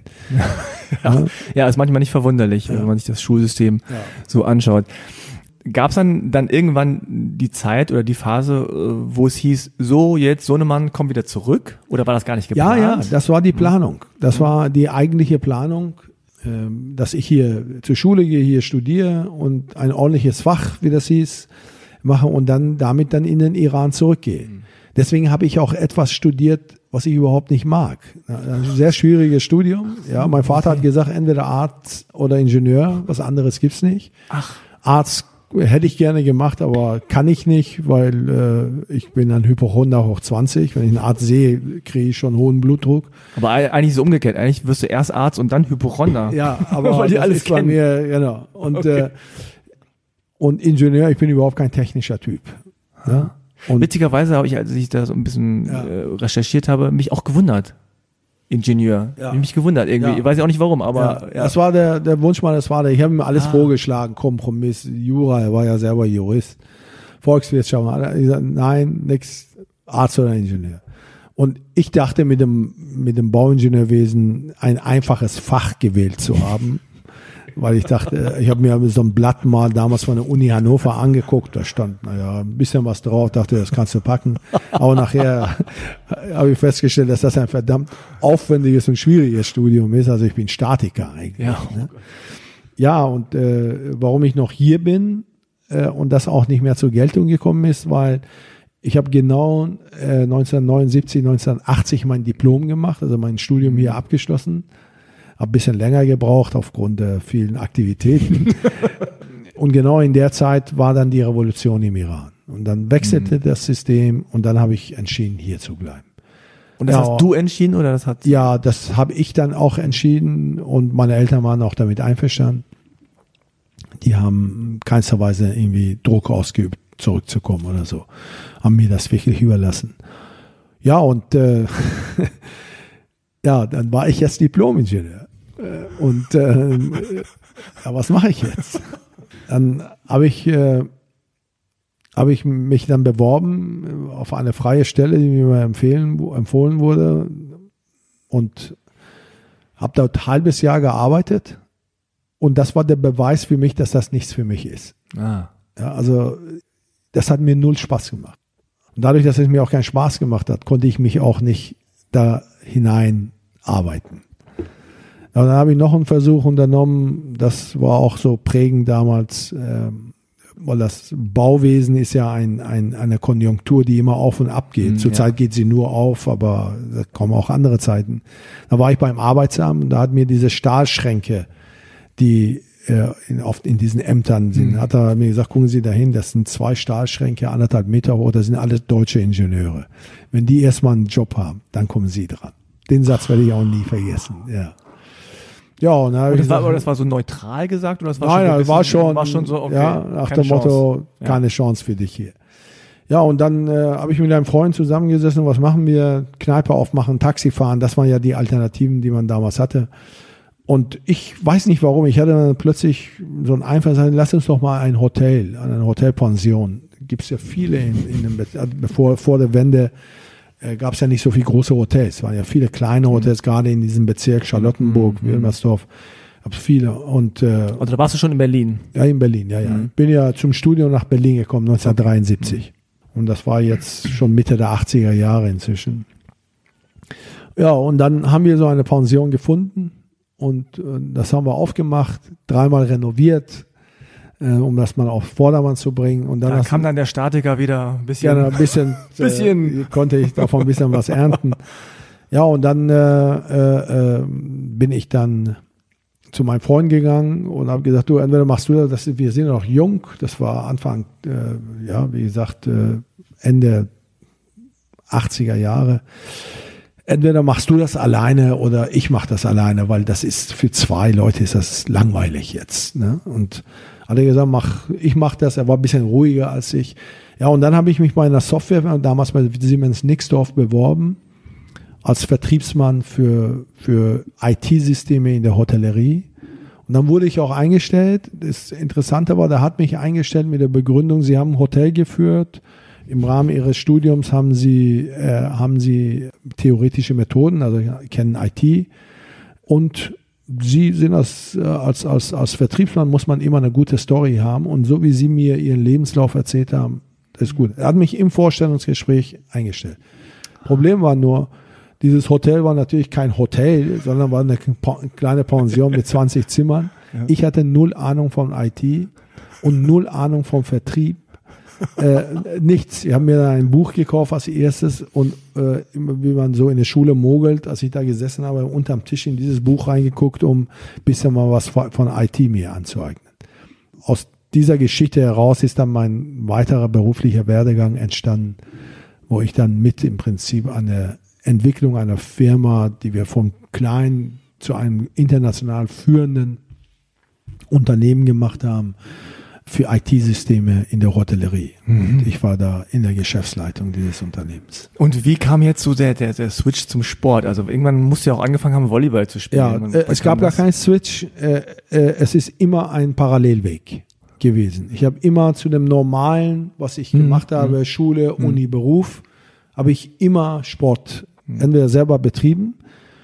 Ja, ja, ist manchmal nicht verwunderlich, Ja. wenn man sich das Schulsystem Ja. so anschaut. Gab es dann, dann irgendwann die Zeit oder die Phase, äh, wo es hieß, so jetzt Sohnemann, komm wieder zurück? Oder war das gar nicht Ja, geplant? ja, das war die Planung. Das war die eigentliche Planung, ähm, dass ich hier zur Schule gehe, hier studiere und ein ordentliches Fach, wie das hieß, mache und dann damit dann in den Iran zurückgehe. Deswegen habe ich auch etwas studiert, was ich überhaupt nicht mag. Ein sehr schwieriges Studium. Ja, mein Vater hat gesagt, entweder Arzt oder Ingenieur, was anderes gibt's nicht. Ach. Arzt hätte ich gerne gemacht, aber kann ich nicht, weil äh, ich bin ein Hypochonder hoch zwanzig. Wenn ich einen Arzt sehe, kriege ich schon hohen Blutdruck. Aber ei- eigentlich ist es umgekehrt. Eigentlich wirst du erst Arzt und dann Hypochonder. Ja, aber Weil die das alles ist bei kennen. mir, genau. Und, Okay. äh, und Ingenieur, ich bin überhaupt kein technischer Typ. Ja? Und Witzigerweise habe ich, als ich da so ein bisschen Ja. äh, recherchiert habe, mich auch gewundert. Ingenieur. Ja. Hab ich mich gewundert irgendwie. Ja. Ich weiß ja auch nicht warum, aber ja, ja. das war der, der Wunsch meines Vaters. Ich habe ihm alles Ah. vorgeschlagen, Kompromiss, Jura, er war ja selber Jurist, Volkswirtschaft. Ich gesagt, nein, nix, Arzt oder Ingenieur. Und ich dachte, mit dem, mit dem Bauingenieurwesen ein einfaches Fach gewählt zu haben. Weil ich dachte, ich habe mir so ein Blatt mal damals von der Uni Hannover angeguckt, da stand, naja, ein bisschen was drauf, dachte, das kannst du packen. Aber nachher habe ich festgestellt, dass das ein verdammt aufwendiges und schwieriges Studium ist. Also ich bin Statiker eigentlich. Ja. Ne? Ja, und äh, warum ich noch hier bin äh, und das auch nicht mehr zur Geltung gekommen ist, weil ich habe genau äh, neunzehnhundertneunundsiebzig, neunzehnhundertachtzig mein Diplom gemacht, also mein Studium hier abgeschlossen. Hab ein bisschen länger gebraucht aufgrund der vielen Aktivitäten. Und genau in der Zeit war dann die Revolution im Iran. Und dann wechselte Mhm. das System und dann habe ich entschieden, hier zu bleiben. Und das Ja, hast du entschieden oder das hat Ja, das habe ich dann auch entschieden und meine Eltern waren auch damit einverstanden. Die haben keinster Weise irgendwie Druck ausgeübt, zurückzukommen oder so. Haben mir das wirklich überlassen. Ja, und äh, ja, dann war ich jetzt Diplom-Ingenieur. Äh, Und äh, ja, was mache ich jetzt? Dann habe ich, äh, habe ich mich dann beworben auf eine freie Stelle, die mir empfehlen, empfohlen wurde und habe dort ein halbes Jahr gearbeitet Und das war der Beweis für mich, dass das nichts für mich ist. Ah. Ja, also das hat mir null Spaß gemacht. Und dadurch, dass es mir auch keinen Spaß gemacht hat, konnte ich mich auch nicht da hinein arbeiten. Ja, dann habe ich noch einen Versuch unternommen, das war auch so prägend damals, ähm, weil das Bauwesen ist ja ein, ein, eine Konjunktur, die immer auf und ab geht. Mhm, Zurzeit ja. geht sie nur auf, aber da kommen auch andere Zeiten. Da war ich beim Arbeitsamt und da hat mir diese Stahlschränke, die äh, in, oft in diesen Ämtern sind, mhm. hat er mir gesagt, gucken Sie dahin, das sind zwei Stahlschränke, anderthalb Meter hoch, das sind alles deutsche Ingenieure. Wenn die erstmal einen Job haben, dann kommen Sie dran. Den Satz werde ich auch nie vergessen, ja. Ja, und, dann und das, gesagt, war, das war so neutral gesagt? Oder das war nein, schon das war schon, war schon so, okay, ja, nach keine dem Motto, Chance. keine Ja. Chance für dich hier. Ja, und dann äh, habe ich mit einem Freund zusammengesessen, was machen wir? Kneipe aufmachen, Taxi fahren, das waren ja die Alternativen, die man damals hatte. Und ich weiß nicht warum, ich hatte dann plötzlich so ein Einfall, lass uns doch mal ein Hotel, eine Hotelpension. Gibt es ja viele in, in dem, bevor vor der Wende äh, gab es ja nicht so viele große Hotels, es waren ja viele kleine Hotels, mhm. gerade in diesem Bezirk Charlottenburg, mhm. Wilmersdorf, gab es viele. Und äh, also da warst du schon in Berlin? Ja, in Berlin, ja, ja. Mhm. Bin ja zum Studium nach Berlin gekommen, neunzehnhundertdreiundsiebzig. Mhm. Und das war jetzt schon Mitte der achtziger Jahre inzwischen. Ja, und dann haben wir so eine Pension gefunden und äh, das haben wir aufgemacht, dreimal renoviert, äh, um das mal auf Vordermann zu bringen. Und dann da kam dann der Statiker wieder ein bisschen. Ja, ein bisschen, bisschen. Äh, konnte ich davon ein bisschen was ernten. Ja, und dann äh, äh, äh, bin ich dann zu meinem Freund gegangen und habe gesagt, du, entweder machst du das, wir sind noch jung, das war Anfang, äh, ja, wie gesagt, äh, Ende achtziger Jahre. Entweder machst du das alleine oder ich mache das alleine, weil das ist für zwei Leute ist das langweilig jetzt. Ne? Und hat er gesagt, mach, ich mache das. Er war ein bisschen ruhiger als ich. Ja, und dann habe ich mich bei einer Software, damals bei Siemens Nixdorf, beworben als Vertriebsmann für, für I T-Systeme in der Hotellerie. Und dann wurde ich auch eingestellt. Das Interessante war, der hat mich eingestellt mit der Begründung, sie haben ein Hotel geführt. Im Rahmen ihres Studiums haben sie, äh, haben sie theoretische Methoden, also kennen I T. Und sie sind als, als, als, als Vertriebsmann muss man immer eine gute Story haben. Und so wie sie mir ihren Lebenslauf erzählt haben, das ist gut. Er hat mich im Vorstellungsgespräch eingestellt. Problem war nur, dieses Hotel war natürlich kein Hotel, sondern war eine kleine Pension mit zwanzig Zimmern. Ja. Ich hatte null Ahnung von I T und null Ahnung vom Vertrieb. äh, nichts. Ich habe mir da ein Buch gekauft als erstes und äh, wie man so in der Schule mogelt, als ich da gesessen habe, unterm Tisch in dieses Buch reingeguckt, um ein bisschen mal was von I T mir anzueignen. Aus dieser Geschichte heraus ist dann mein weiterer beruflicher Werdegang entstanden, wo ich dann mit im Prinzip eine Entwicklung einer Firma, die wir vom kleinen zu einem international führenden Unternehmen gemacht haben, für I T-Systeme in der Hotellerie. Mhm. Und ich war da in der Geschäftsleitung dieses Unternehmens. Und wie kam jetzt so der, der, der Switch zum Sport? Also irgendwann musst du ja auch angefangen haben, Volleyball zu spielen. Ja, äh, es gab gar keinen Switch. Äh, äh, es ist immer ein Parallelweg gewesen. Ich habe immer zu dem Normalen, was ich mhm. gemacht habe, mhm. Schule, mhm. Uni, Beruf, habe ich immer Sport mhm. entweder selber betrieben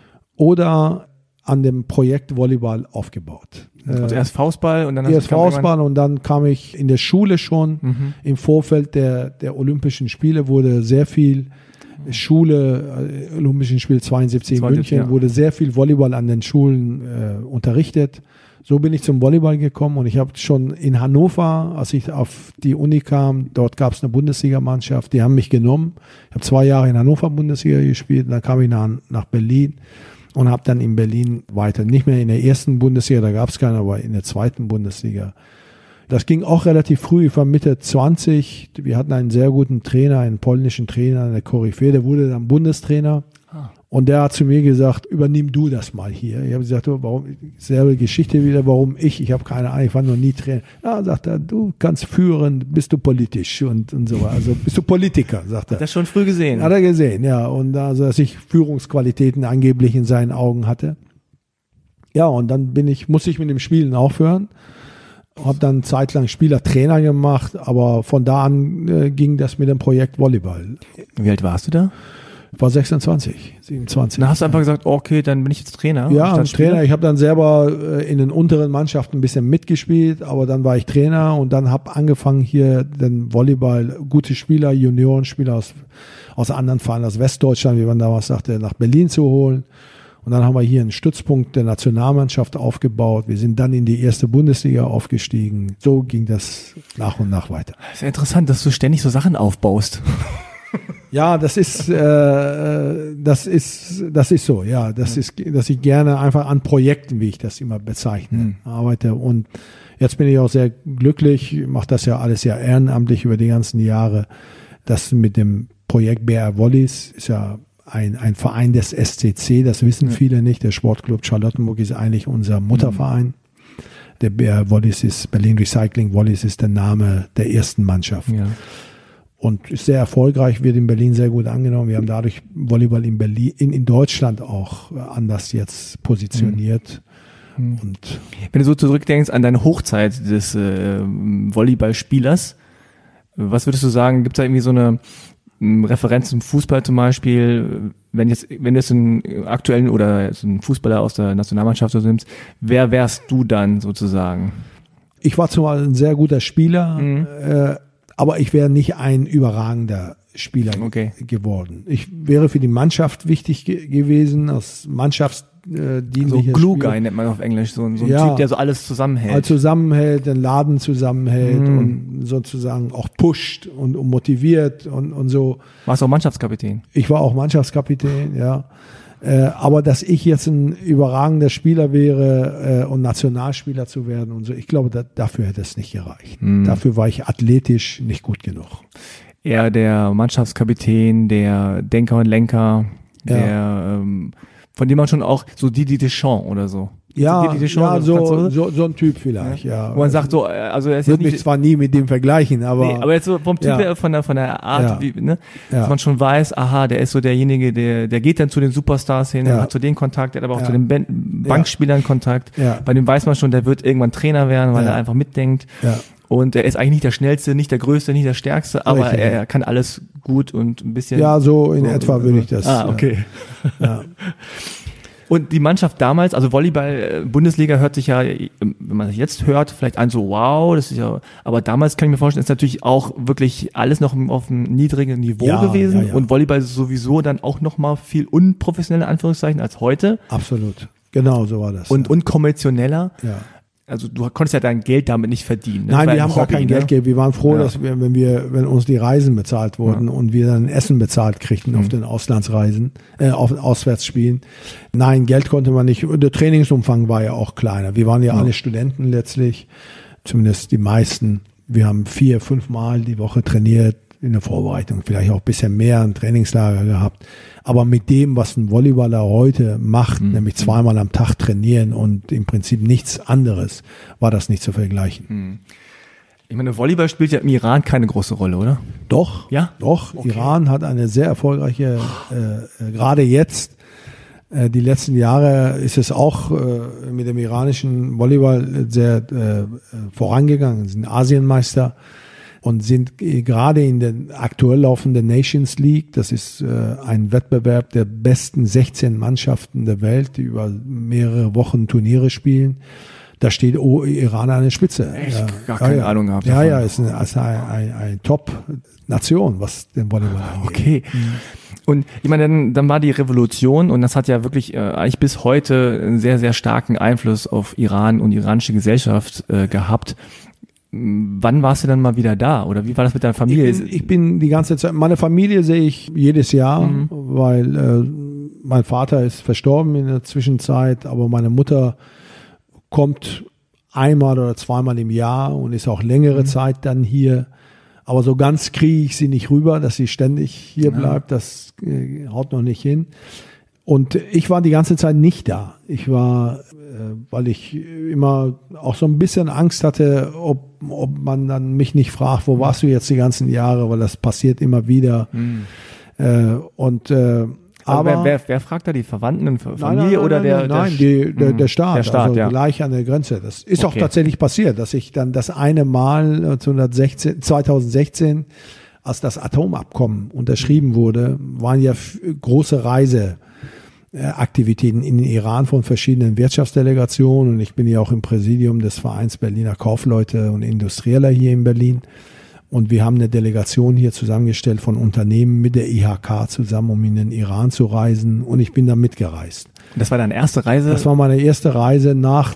oder an dem Projekt Volleyball aufgebaut. Also erst Faustball und dann hast erst Faustball und dann kam ich in der Schule schon. Mhm. Im Vorfeld der, der Olympischen Spiele wurde sehr viel Schule, äh, Olympischen Spiele zweiundsiebzig in München, ja. wurde sehr viel Volleyball an den Schulen äh, unterrichtet. So bin ich zum Volleyball gekommen und ich habe schon in Hannover, als ich auf die Uni kam, dort gab es eine Bundesligamannschaft, die haben mich genommen. Ich habe zwei Jahre in Hannover Bundesliga gespielt, dann kam ich nach, nach Berlin. Und habe dann in Berlin weiter, nicht mehr in der ersten Bundesliga, da gab es keine, aber in der zweiten Bundesliga. Das ging auch relativ früh, ich war Mitte zwanzig, wir hatten einen sehr guten Trainer, einen polnischen Trainer, eine Koryphäe, der wurde dann Bundestrainer. Ah. Und der hat zu mir gesagt, übernimm du das mal hier. Ich habe gesagt, warum, selbe Geschichte wieder, warum ich? Ich habe keine Ahnung, ich war noch nie Trainer. Ja, sagt er, du kannst führen, bist du politisch und, und so. Also bist du Politiker, sagt er. Hat er schon früh gesehen? Hat er gesehen, ja. Und also, dass ich Führungsqualitäten angeblich in seinen Augen hatte. Ja, und dann bin ich, musste ich mit dem Spielen aufhören. Habe dann zeitlang Spieler-Trainer gemacht, aber von da an äh, ging das mit dem Projekt Volleyball. Wie alt warst du da? Ich war sechsundzwanzig, siebenundzwanzig. Dann hast du einfach gesagt, okay, dann bin ich jetzt Trainer. Ja, als Trainer. Ich habe dann selber in den unteren Mannschaften ein bisschen mitgespielt, aber dann war ich Trainer und dann habe angefangen hier den Volleyball, gute Spieler, Juniorenspieler aus, aus anderen Vereinen, aus Westdeutschland, wie man damals sagte, nach Berlin zu holen. Und dann haben wir hier einen Stützpunkt der Nationalmannschaft aufgebaut. Wir sind dann in die erste Bundesliga aufgestiegen. So ging das nach und nach weiter. Das ist ja interessant, dass du ständig so Sachen aufbaust. Ja, das ist, äh, das ist, das ist so. Ja, das ist, dass ich gerne einfach an Projekten, wie ich das immer bezeichne, mhm. arbeite. Und jetzt bin ich auch sehr glücklich. Ich mache das ja alles ja ehrenamtlich über die ganzen Jahre. Das mit dem Projekt B R Volleys ist ja ein, ein Verein des S C C. Das wissen mhm. viele nicht. Der Sportclub Charlottenburg ist eigentlich unser Mutterverein. Mhm. Der B R Volleys ist, Berlin Recycling Volleys ist der Name der ersten Mannschaft. Ja. Und ist sehr erfolgreich, wird in Berlin sehr gut angenommen. Wir haben dadurch Volleyball in Berlin, in, in Deutschland auch anders jetzt positioniert. Mhm. Und wenn du so zurückdenkst an deine Hochzeit des äh, Volleyballspielers, was würdest du sagen, gibt es da irgendwie so eine ähm, Referenz zum Fußball zum Beispiel, wenn jetzt, wenn du jetzt einen aktuellen oder jetzt einen Fußballer aus der Nationalmannschaft so nimmst, wer wärst du dann sozusagen? Ich war zwar ein sehr guter Spieler, mhm. äh, aber ich wäre nicht ein überragender Spieler okay. geworden. Ich wäre für die Mannschaft wichtig ge- gewesen, als mannschaftsdienlicher So Glue Guy nennt man auf Englisch, so, so ein ja, Typ, der so alles zusammenhält. Halt zusammenhält, den Laden zusammenhält mm. und sozusagen auch pusht und, und motiviert und, und so. Warst du auch Mannschaftskapitän? Ich war auch Mannschaftskapitän, ja. Äh, aber dass ich jetzt ein überragender Spieler wäre äh, und Nationalspieler zu werden und so, ich glaube, da, dafür hätte es nicht gereicht. Mhm. Dafür war ich athletisch nicht gut genug. Eher der Mannschaftskapitän, der Denker und Lenker, ja. der ähm, von dem man schon auch so Didi Deschamps oder so. Ja, Didi Deschamps, ja so, so, so ein Typ vielleicht, ja. ja. Wo man sagt so, also er ist ich würde mich zwar nie mit dem vergleichen, aber nee, aber jetzt so vom Typ ja. her, von der von der Art, ja. wie, ne, ja. dass man schon weiß, aha, der ist so derjenige, der der geht dann zu den Superstars hin, ja. hat zu denen Kontakt, der hat aber auch ja. zu den ben- Bankspielern Kontakt. Ja. Bei dem weiß man schon, der wird irgendwann Trainer werden, weil ja. er einfach mitdenkt. Ja. Und er ist eigentlich nicht der Schnellste, nicht der Größte, nicht der Stärkste, aber Richtig. er kann alles gut und ein bisschen. Ja, so in so, etwa würde ich das. Ah, okay. Ja. Und die Mannschaft damals, also Volleyball, Bundesliga hört sich ja, wenn man sich jetzt hört, vielleicht an so, wow, das ist ja, aber damals kann ich mir vorstellen, ist natürlich auch wirklich alles noch auf einem niedrigen Niveau ja, gewesen ja, ja. und Volleyball ist sowieso dann auch noch mal viel unprofessioneller, Anführungszeichen, als heute. Absolut. Genau, so war das. Und ja. unkonventioneller. Ja. Also du konntest ja dein Geld damit nicht verdienen. Ne? Nein, wir ein haben Hobby, gar kein ne? Geld gegeben. Wir waren froh, ja. dass wir, wenn wir, wenn uns die Reisen bezahlt wurden ja. und wir dann Essen bezahlt kriegten mhm. auf den Auslandsreisen, äh, auf Auswärtsspielen. Nein, Geld konnte man nicht. Der Trainingsumfang war ja auch kleiner. Wir waren ja, ja. alle Studenten letztlich, zumindest die meisten. Wir haben vier, fünf Mal die Woche trainiert in der Vorbereitung, vielleicht auch ein bisschen mehr ein Trainingslager gehabt. Aber mit dem, was ein Volleyballer heute macht, mhm. nämlich zweimal am Tag trainieren und im Prinzip nichts anderes, war das nicht zu vergleichen. Mhm. Ich meine, Volleyball spielt ja im Iran keine große Rolle, oder? Doch, ja? Doch. Okay. Iran hat eine sehr erfolgreiche, äh, äh, gerade jetzt, äh, die letzten Jahre ist es auch äh, mit dem iranischen Volleyball sehr äh, vorangegangen, sind Asienmeister. Und sind gerade in der aktuell laufenden Nations League, das ist äh, ein Wettbewerb der besten sechzehn Mannschaften der Welt, die über mehrere Wochen Turniere spielen. Da steht oh, Iran an der Spitze. Echt? Ja, Gar keine ja, Ahnung gehabt. Ja, davon. ja, ist eine, also eine, eine, eine Top-Nation, was den Volleyball angeht. Okay. Mhm. Und ich meine, dann, dann war die Revolution und das hat ja wirklich äh, eigentlich bis heute einen sehr, sehr starken Einfluss auf Iran und die iranische Gesellschaft äh, gehabt. Wann warst du dann mal wieder da? Oder wie war das mit deiner Familie? Ich bin, ich bin die ganze Zeit, meine Familie sehe ich jedes Jahr, mhm. weil äh, mein Vater ist verstorben in der Zwischenzeit, aber meine Mutter kommt einmal oder zweimal im Jahr und ist auch längere mhm. Zeit dann hier. Aber so ganz kriege ich sie nicht rüber, dass sie ständig hier ja. bleibt. Das äh, haut noch nicht hin. Und ich war die ganze Zeit nicht da. Ich war, äh, weil ich immer auch so ein bisschen Angst hatte, ob, ob man dann mich nicht fragt, wo warst du jetzt die ganzen Jahre, weil das passiert immer wieder. Mhm. Äh, und äh, aber wer, wer, wer fragt da, die Verwandten, Familie nein, nein, nein, oder der? Nein, der, nein die, der, der Staat, der Staat also ja. gleich an der Grenze. Das ist okay. auch tatsächlich passiert, dass ich dann das eine Mal zweitausendsechzehn als das Atomabkommen unterschrieben wurde, waren ja f- große Reiseaktivitäten in den Iran von verschiedenen Wirtschaftsdelegationen. Und ich bin ja auch im Präsidium des Vereins Berliner Kaufleute und Industrieller hier in Berlin. Und wir haben eine Delegation hier zusammengestellt von Unternehmen mit der I H K zusammen, um in den Iran zu reisen. Und ich bin da mitgereist. Und das war deine erste Reise? Das war meine erste Reise nach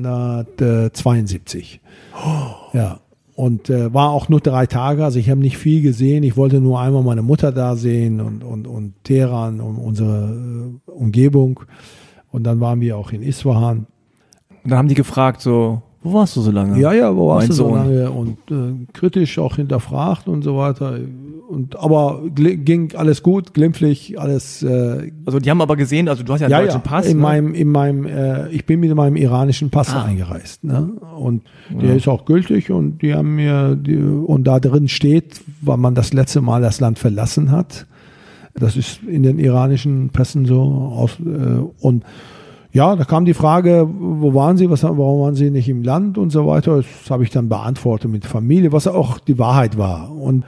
neunzehnhundertzweiundsiebzig. Oh. Ja. Und äh, war auch nur drei Tage, also ich habe nicht viel gesehen. Ich wollte nur einmal meine Mutter da sehen und, und, und Teheran und unsere äh, Umgebung. Und dann waren wir auch in Isfahan. Und dann haben die gefragt so, wo warst du so lange? Ja, ja, wo warst mein du so Sohn? lange? Und äh, kritisch auch hinterfragt und so weiter. Und aber gl- ging alles gut, glimpflich, alles. Äh, Also die haben aber gesehen, also du hast ja einen ja, deutschen ja, Pass. in ne? meinem, in meinem, äh, ich bin mit meinem iranischen Pass Ah. eingereist, ne? Und der Ja. ist auch gültig und die haben mir, die, und da drin steht, wann man das letzte Mal das Land verlassen hat. Das ist in den iranischen Pässen so aus, äh, und ja, da kam die Frage, wo waren Sie, was, warum waren Sie nicht im Land und so weiter. Das habe ich dann beantwortet mit Familie, was auch die Wahrheit war. Und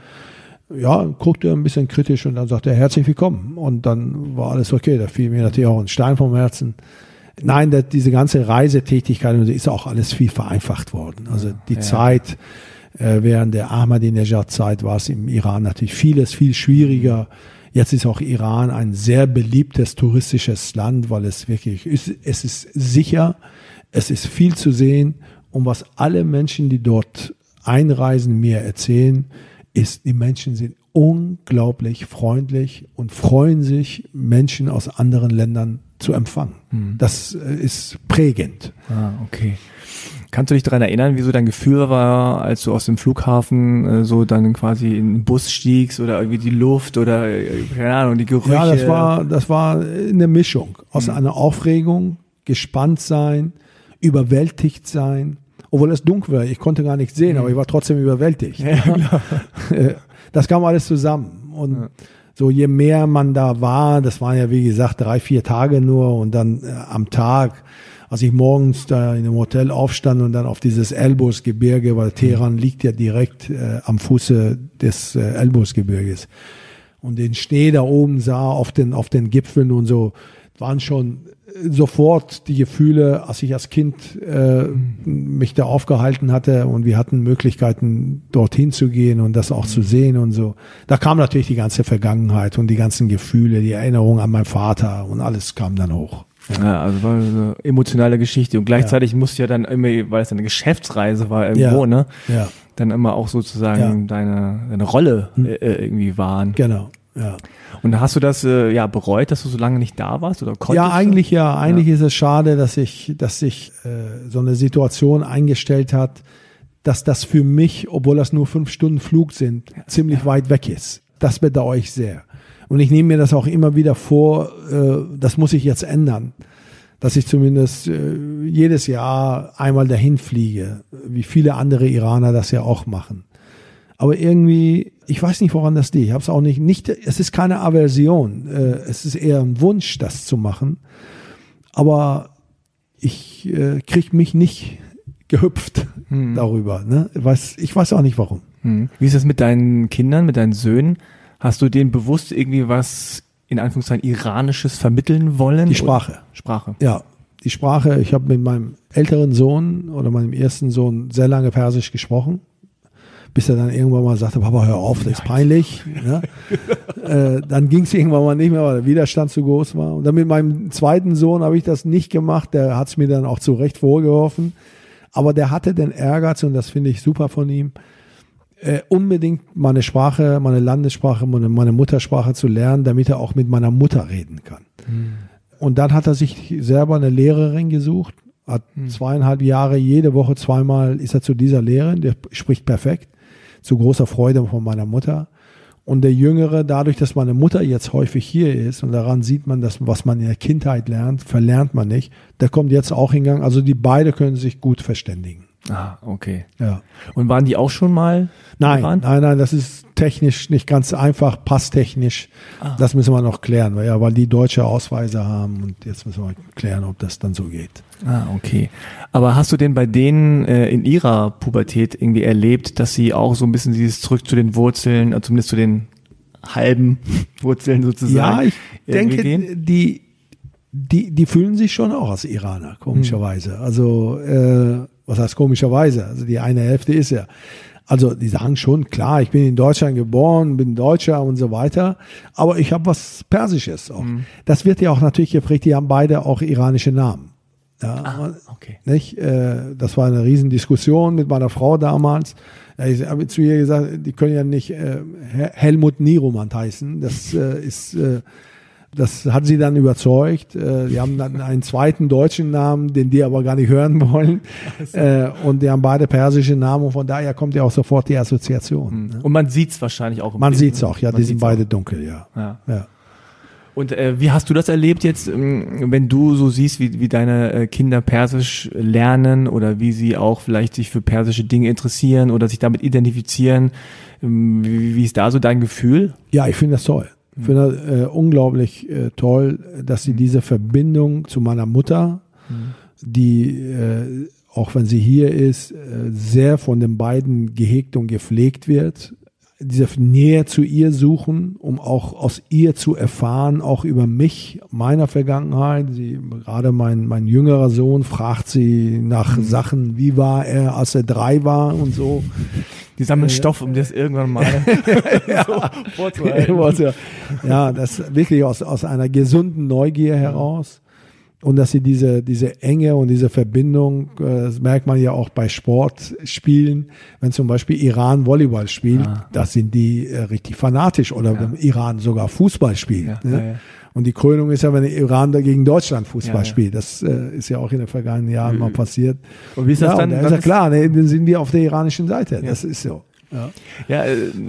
ja, guckte er ein bisschen kritisch und dann sagte er, herzlich willkommen. Und dann war alles okay. Da fiel mir natürlich auch ein Stein vom Herzen. Nein, das, diese ganze Reisetätigkeit ist auch alles viel vereinfacht worden. Also die ja. Zeit, äh, während der Ahmadinejad-Zeit war es im Iran natürlich vieles, viel schwieriger. Jetzt ist auch Iran ein sehr beliebtes touristisches Land, weil es wirklich ist, es ist sicher, es ist viel zu sehen. Und was alle Menschen, die dort einreisen, mir erzählen, ist, die Menschen sind unglaublich freundlich und freuen sich, Menschen aus anderen Ländern zu empfangen. Hm. Das äh, ist prägend. Ah, okay. Kannst du dich daran erinnern, wie so dein Gefühl war, als du aus dem Flughafen äh, so dann quasi in den Bus stiegst oder irgendwie die Luft oder, äh, keine Ahnung, die Gerüche? Ja, das war, das war eine Mischung aus Hm. einer Aufregung, gespannt sein, überwältigt sein, obwohl es dunkel war. Ich konnte gar nichts sehen, Hm. aber ich war trotzdem überwältigt. Ja, klar. Das kam alles zusammen. Und Ja. so je mehr man da war, das waren ja wie gesagt drei, vier Tage nur und dann äh, am Tag, als ich morgens da in dem Hotel aufstand und dann auf dieses Elbrusgebirge, weil Teheran liegt ja direkt äh, am Fuße des äh, Elbrusgebirges und den Schnee da oben sah auf den, auf den Gipfeln und so, waren schon sofort die Gefühle, als ich als Kind äh, mich da aufgehalten hatte und wir hatten Möglichkeiten, dorthin zu gehen und das auch zu sehen und so. Da kam natürlich die ganze Vergangenheit und die ganzen Gefühle, die Erinnerung an meinen Vater und alles kam dann hoch. Ja, also war eine emotionale Geschichte und gleichzeitig ja. musste ja dann immer, weil es eine Geschäftsreise war irgendwo, ja. ne, ja. dann immer auch sozusagen ja. deine, deine Rolle hm. äh, irgendwie wahren. Genau, ja. Und hast du das äh, ja bereut, dass du so lange nicht da warst oder konntest? Ja, eigentlich ja. Eigentlich ja. ist es schade, dass ich, dass sich äh, so eine Situation eingestellt hat, dass das für mich, obwohl das nur fünf Stunden Flug sind, ja. ziemlich ja. weit weg ist. Das bedauere ich sehr. Und ich nehme mir das auch immer wieder vor, äh, das muss ich jetzt ändern, dass ich zumindest äh, jedes Jahr einmal dahin fliege, wie viele andere Iraner das ja auch machen. Aber irgendwie, ich weiß nicht, woran das liegt. Ich habe es auch nicht, nicht, es ist keine Aversion, äh, es ist eher ein Wunsch, das zu machen. Aber ich äh, kriege mich nicht gehüpft hm. darüber. Ne? Ich weiß, ich weiß auch nicht, warum. Hm. Wie ist das mit deinen Kindern, mit deinen Söhnen? Hast du denen bewusst irgendwie was, in Anführungszeichen, Iranisches vermitteln wollen? Die Sprache. Oder? Sprache. Ja, die Sprache. Ich habe mit meinem älteren Sohn oder meinem ersten Sohn sehr lange Persisch gesprochen. Bis er dann irgendwann mal sagte, Papa, hör auf, das ist peinlich. Ne? äh, dann ging es irgendwann mal nicht mehr, weil der Widerstand zu groß war. Und dann mit meinem zweiten Sohn habe ich das nicht gemacht. Der hat es mir dann auch zu Recht vorgeworfen. Aber der hatte den Ehrgeiz, und das finde ich super von ihm, äh, unbedingt meine Sprache, meine Landessprache, meine, meine Muttersprache zu lernen, damit er auch mit meiner Mutter reden kann. Mhm. Und dann hat er sich selber eine Lehrerin gesucht, hat mhm. zweieinhalb Jahre, jede Woche zweimal ist er zu dieser Lehrerin, der spricht perfekt. Zu großer Freude von meiner Mutter. Und der Jüngere, dadurch, dass meine Mutter jetzt häufig hier ist, und daran sieht man, dass was man in der Kindheit lernt, verlernt man nicht, der kommt jetzt auch in Gang. Also die beide können sich gut verständigen. Ah, okay. Ja. Und waren die auch schon mal? Nein, Iran? nein, nein, das ist technisch nicht ganz einfach, passtechnisch. Ah. Das müssen wir noch klären, weil, ja, weil die deutsche Ausweise haben und jetzt müssen wir klären, ob das dann so geht. Ah, okay. Aber hast du denn bei denen äh, in ihrer Pubertät irgendwie erlebt, dass sie auch so ein bisschen dieses zurück zu den Wurzeln, äh, zumindest zu den halben Wurzeln sozusagen? Ja, ich denke, gehen? die, die, die fühlen sich schon auch als Iraner, komischerweise. Hm. Also, äh, was heißt komischerweise? Also die eine Hälfte ist ja. Also die sagen schon, klar, ich bin in Deutschland geboren, bin Deutscher und so weiter, aber ich habe was Persisches auch. Mhm. Das wird ja auch natürlich geprägt, die haben beide auch iranische Namen. Ja, ah, okay. Nicht? Äh, das war eine Riesendiskussion mit meiner Frau damals. Ich habe zu ihr gesagt, die können ja nicht äh, Helmut Nieromant heißen. Das äh, ist... Äh, Das hat sie dann überzeugt. Die haben dann einen zweiten deutschen Namen, den die aber gar nicht hören wollen. Also. Und die haben beide persische Namen und von daher kommt ja auch sofort die Assoziation. Und man sieht es wahrscheinlich auch. Im man Bild, sieht es auch, ja, man die sind beide auch. dunkel, ja. ja. ja. Und äh, wie hast du das erlebt jetzt, wenn du so siehst, wie, wie deine Kinder Persisch lernen oder wie sie auch vielleicht sich für persische Dinge interessieren oder sich damit identifizieren? Wie, wie ist da so dein Gefühl? Ja, ich finde das toll. Ich finde das äh, unglaublich äh, toll, dass sie diese Verbindung zu meiner Mutter, mhm. die, äh, auch wenn sie hier ist, äh, sehr von den beiden gehegt und gepflegt wird, diese Nähe zu ihr suchen, um auch aus ihr zu erfahren, auch über mich, meiner Vergangenheit. Sie, gerade mein, mein jüngerer Sohn fragt sie nach mhm. Sachen, wie war er, als er drei war und so. Die sammeln äh, Stoff, um das irgendwann mal ja. so vorzuhalten. Ja, das wirklich aus, aus einer gesunden Neugier heraus. Und dass sie diese, diese Enge und diese Verbindung, das merkt man ja auch bei Sportspielen, wenn zum Beispiel Iran Volleyball spielt, ah. da sind die äh, richtig fanatisch oder ja. wenn Iran sogar Fußball spielt. Ja, ne? ja, ja. Und die Krönung ist ja, wenn Iran da gegen Deutschland Fußball ja, ja. spielt. Das äh, ist ja auch in den vergangenen Jahren mhm. mal passiert. Und wie ist das ja, dann? Da ist ja klar, ne, dann sind wir auf der iranischen Seite. Ja. Das ist so. Ja, ja,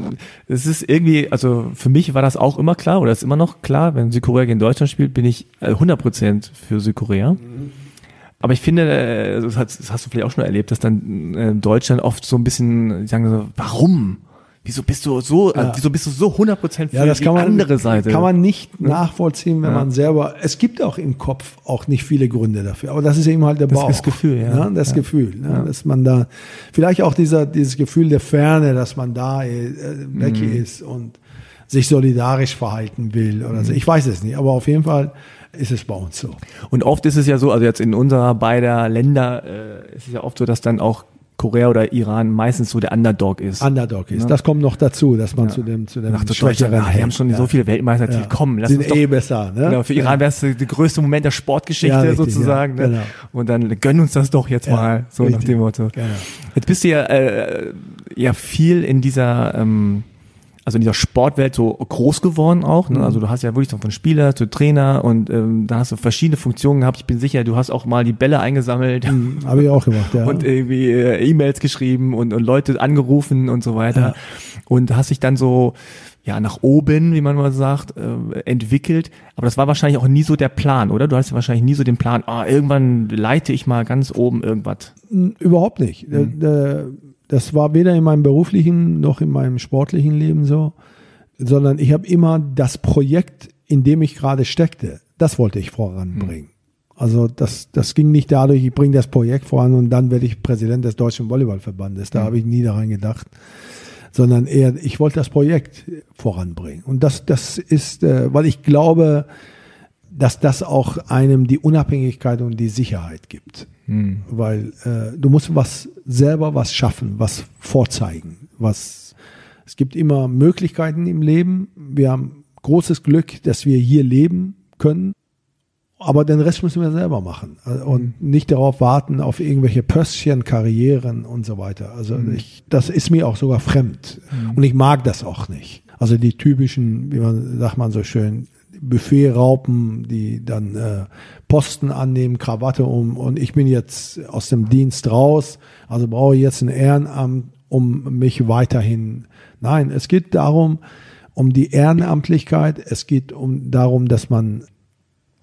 es ist irgendwie, also für mich war das auch immer klar oder ist immer noch klar, wenn Südkorea gegen Deutschland spielt, bin ich hundert Prozent für Südkorea. Mhm. Aber ich finde, das hast, das hast du vielleicht auch schon erlebt, dass dann Deutschland oft so ein bisschen sagen so, warum? Wieso bist du so, ja. wieso bist du so hundert Prozent für ja, das die kann man, andere Seite? Kann man nicht ja. nachvollziehen, wenn ja. man selber, es gibt auch im Kopf auch nicht viele Gründe dafür, aber das ist eben halt der das Bauch. Das Gefühl, ja. Ne? Das ja. Gefühl, ne? ja. dass man da, vielleicht auch dieser, dieses Gefühl der Ferne, dass man da äh, weg mhm. ist und sich solidarisch verhalten will oder mhm. so. Ich weiß es nicht, aber auf jeden Fall ist es bei uns so. Und oft ist es ja so, also jetzt in unserer beider Länder äh, ist es ja oft so, dass dann auch Korea oder Iran meistens so der Underdog ist. Underdog ist. Ja. Das kommt noch dazu, dass man ja. zu dem, zu dem Nach Schwächeren ah, die haben schon ja. so viele Weltmeister. Ja. Komm, lass sind uns doch, eh besser. Ne? Genau, für Iran wäre es der größte Moment der Sportgeschichte ja, richtig, sozusagen. Ja, ne? genau. Und dann gönn uns das doch jetzt ja, mal, so richtig. nach dem Motto. Genau. Jetzt bist du ja, äh, ja viel in dieser ähm, also in dieser Sportwelt so groß geworden auch. Ne? Also du hast ja wirklich von Spieler zu Trainer und ähm, da hast du verschiedene Funktionen gehabt. Ich bin sicher, du hast auch mal die Bälle eingesammelt. Mhm, habe ich auch gemacht, ja. Und irgendwie äh, E-Mails geschrieben und, und Leute angerufen und so weiter. Ja. Und hast dich dann so ja nach oben, wie man mal sagt, äh, entwickelt. Aber das war wahrscheinlich auch nie so der Plan, oder? Du hast ja wahrscheinlich nie so den Plan, ah, irgendwann leite ich mal ganz oben irgendwas. Überhaupt nicht. Mhm. Der, der, Das war weder in meinem beruflichen noch in meinem sportlichen Leben so, sondern ich habe immer das Projekt, in dem ich gerade steckte, das wollte ich voranbringen. Mhm. Also das, das ging nicht dadurch, ich bringe das Projekt voran und dann werde ich Präsident des Deutschen Volleyballverbandes. Da mhm. habe ich nie daran gedacht, sondern eher, ich wollte das Projekt voranbringen. Und das, das ist, äh, weil ich glaube, dass das auch einem die Unabhängigkeit und die Sicherheit gibt. Hm. Weil äh, du musst was selber was schaffen, was vorzeigen. Was, es gibt immer Möglichkeiten im Leben. Wir haben großes Glück, dass wir hier leben können. Aber den Rest müssen wir selber machen. Und hm. nicht darauf warten, auf irgendwelche Pöstchen, Karrieren und so weiter. Also hm. ich, das ist mir auch sogar fremd. Hm. Und ich mag das auch nicht. Also die typischen, wie man, sagt man so schön, Buffet-Raupen, die dann äh, Posten annehmen, Krawatte um und ich bin jetzt aus dem Dienst raus, also brauche ich jetzt ein Ehrenamt, um mich weiterhin. Nein, es geht darum, um die Ehrenamtlichkeit, es geht um darum, dass man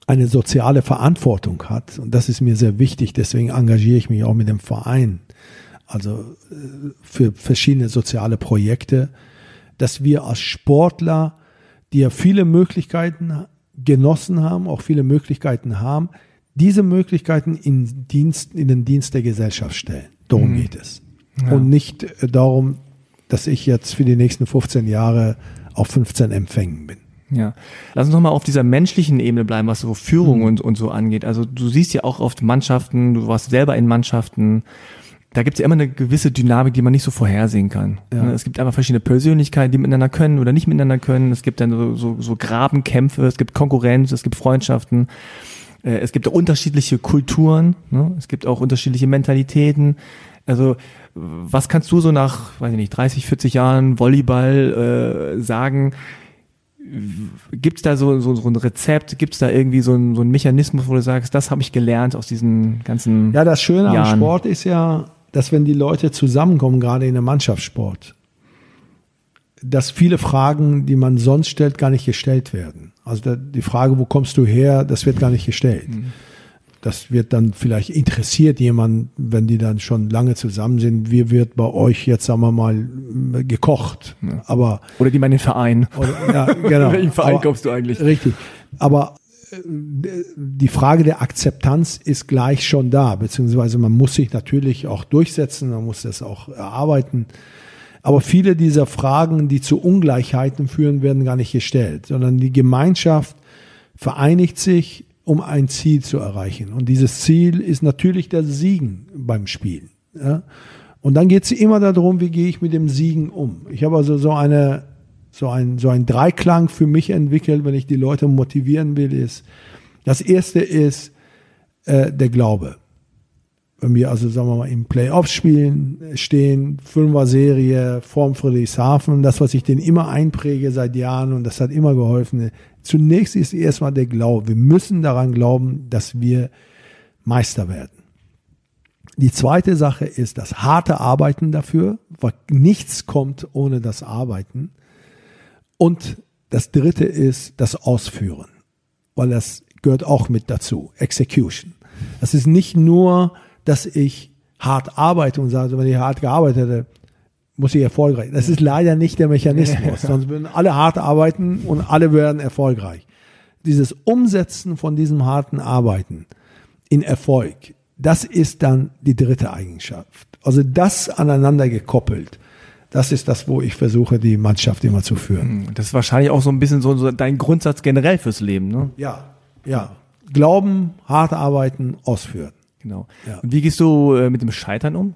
eine soziale Verantwortung hat, und das ist mir sehr wichtig, deswegen engagiere ich mich auch mit dem Verein, also für verschiedene soziale Projekte, dass wir als Sportler, die ja viele Möglichkeiten genossen haben, auch viele Möglichkeiten haben, diese Möglichkeiten in, Dienst, in den Dienst der Gesellschaft stellen. Darum mhm. geht es. Ja. Und nicht darum, dass ich jetzt für die nächsten fünfzehn Jahre auf fünfzehn Empfängen bin. Ja, lass uns nochmal auf dieser menschlichen Ebene bleiben, was so Führung mhm. und, und so angeht. Also du siehst ja auch oft Mannschaften, du warst selber in Mannschaften, da gibt es ja immer eine gewisse Dynamik, die man nicht so vorhersehen kann. Ja. Es gibt einfach verschiedene Persönlichkeiten, die miteinander können oder nicht miteinander können. Es gibt dann so, so, so Grabenkämpfe, es gibt Konkurrenz, es gibt Freundschaften, es gibt auch unterschiedliche Kulturen, ne? Es gibt auch unterschiedliche Mentalitäten. Also was kannst du so nach, weiß ich nicht, dreißig, vierzig Jahren Volleyball äh, sagen? Gibt es da so, so, so ein Rezept, gibt es da irgendwie so ein, so ein Mechanismus, wo du sagst, das habe ich gelernt aus diesen ganzen Ja, das Schöne Jahren. Am Sport ist ja, dass wenn die Leute zusammenkommen, gerade in einem Mannschaftssport, dass viele Fragen, die man sonst stellt, gar nicht gestellt werden. Also da, die Frage, wo kommst du her, das wird gar nicht gestellt. Mhm. Das wird dann vielleicht interessiert jemand, wenn die dann schon lange zusammen sind, wie wird bei euch jetzt, sagen wir mal, gekocht. Ja. Aber oder die mal in den Verein. Oder, ja, genau. In welchen Verein Aber, kommst du eigentlich? Richtig. Aber die Frage der Akzeptanz ist gleich schon da, beziehungsweise man muss sich natürlich auch durchsetzen, man muss das auch erarbeiten. Aber viele dieser Fragen, die zu Ungleichheiten führen, werden gar nicht gestellt, sondern die Gemeinschaft vereinigt sich, um ein Ziel zu erreichen. Und dieses Ziel ist natürlich das Siegen beim Spielen. Ja? Und dann geht es immer darum, wie gehe ich mit dem Siegen um. Ich habe also so eine, so ein, so ein Dreiklang für mich entwickelt, wenn ich die Leute motivieren will, ist, das erste ist äh, der Glaube. Wenn wir also, sagen wir mal, im Playoffs spielen, stehen, Fünfer-Serie, vorm Friedrichshafen, das, was ich denen immer einpräge seit Jahren, und das hat immer geholfen. Zunächst ist erstmal der Glaube. Wir müssen daran glauben, dass wir Meister werden. Die zweite Sache ist das harte Arbeiten dafür, weil nichts kommt ohne das Arbeiten. Und das dritte ist das Ausführen, weil das gehört auch mit dazu, Execution. Das ist nicht nur, dass ich hart arbeite und sage, wenn ich hart gearbeitet hätte, muss ich erfolgreich. Das ist leider nicht der Mechanismus, sonst würden alle hart arbeiten und alle werden erfolgreich. Dieses Umsetzen von diesem harten Arbeiten in Erfolg, das ist dann die dritte Eigenschaft. Also das aneinander gekoppelt, das ist das, wo ich versuche, die Mannschaft immer zu führen. Das ist wahrscheinlich auch so ein bisschen so, so dein Grundsatz generell fürs Leben, ne? Ja, ja. Glauben, hart arbeiten, ausführen. Genau. Ja. Und wie gehst du äh, mit dem Scheitern um?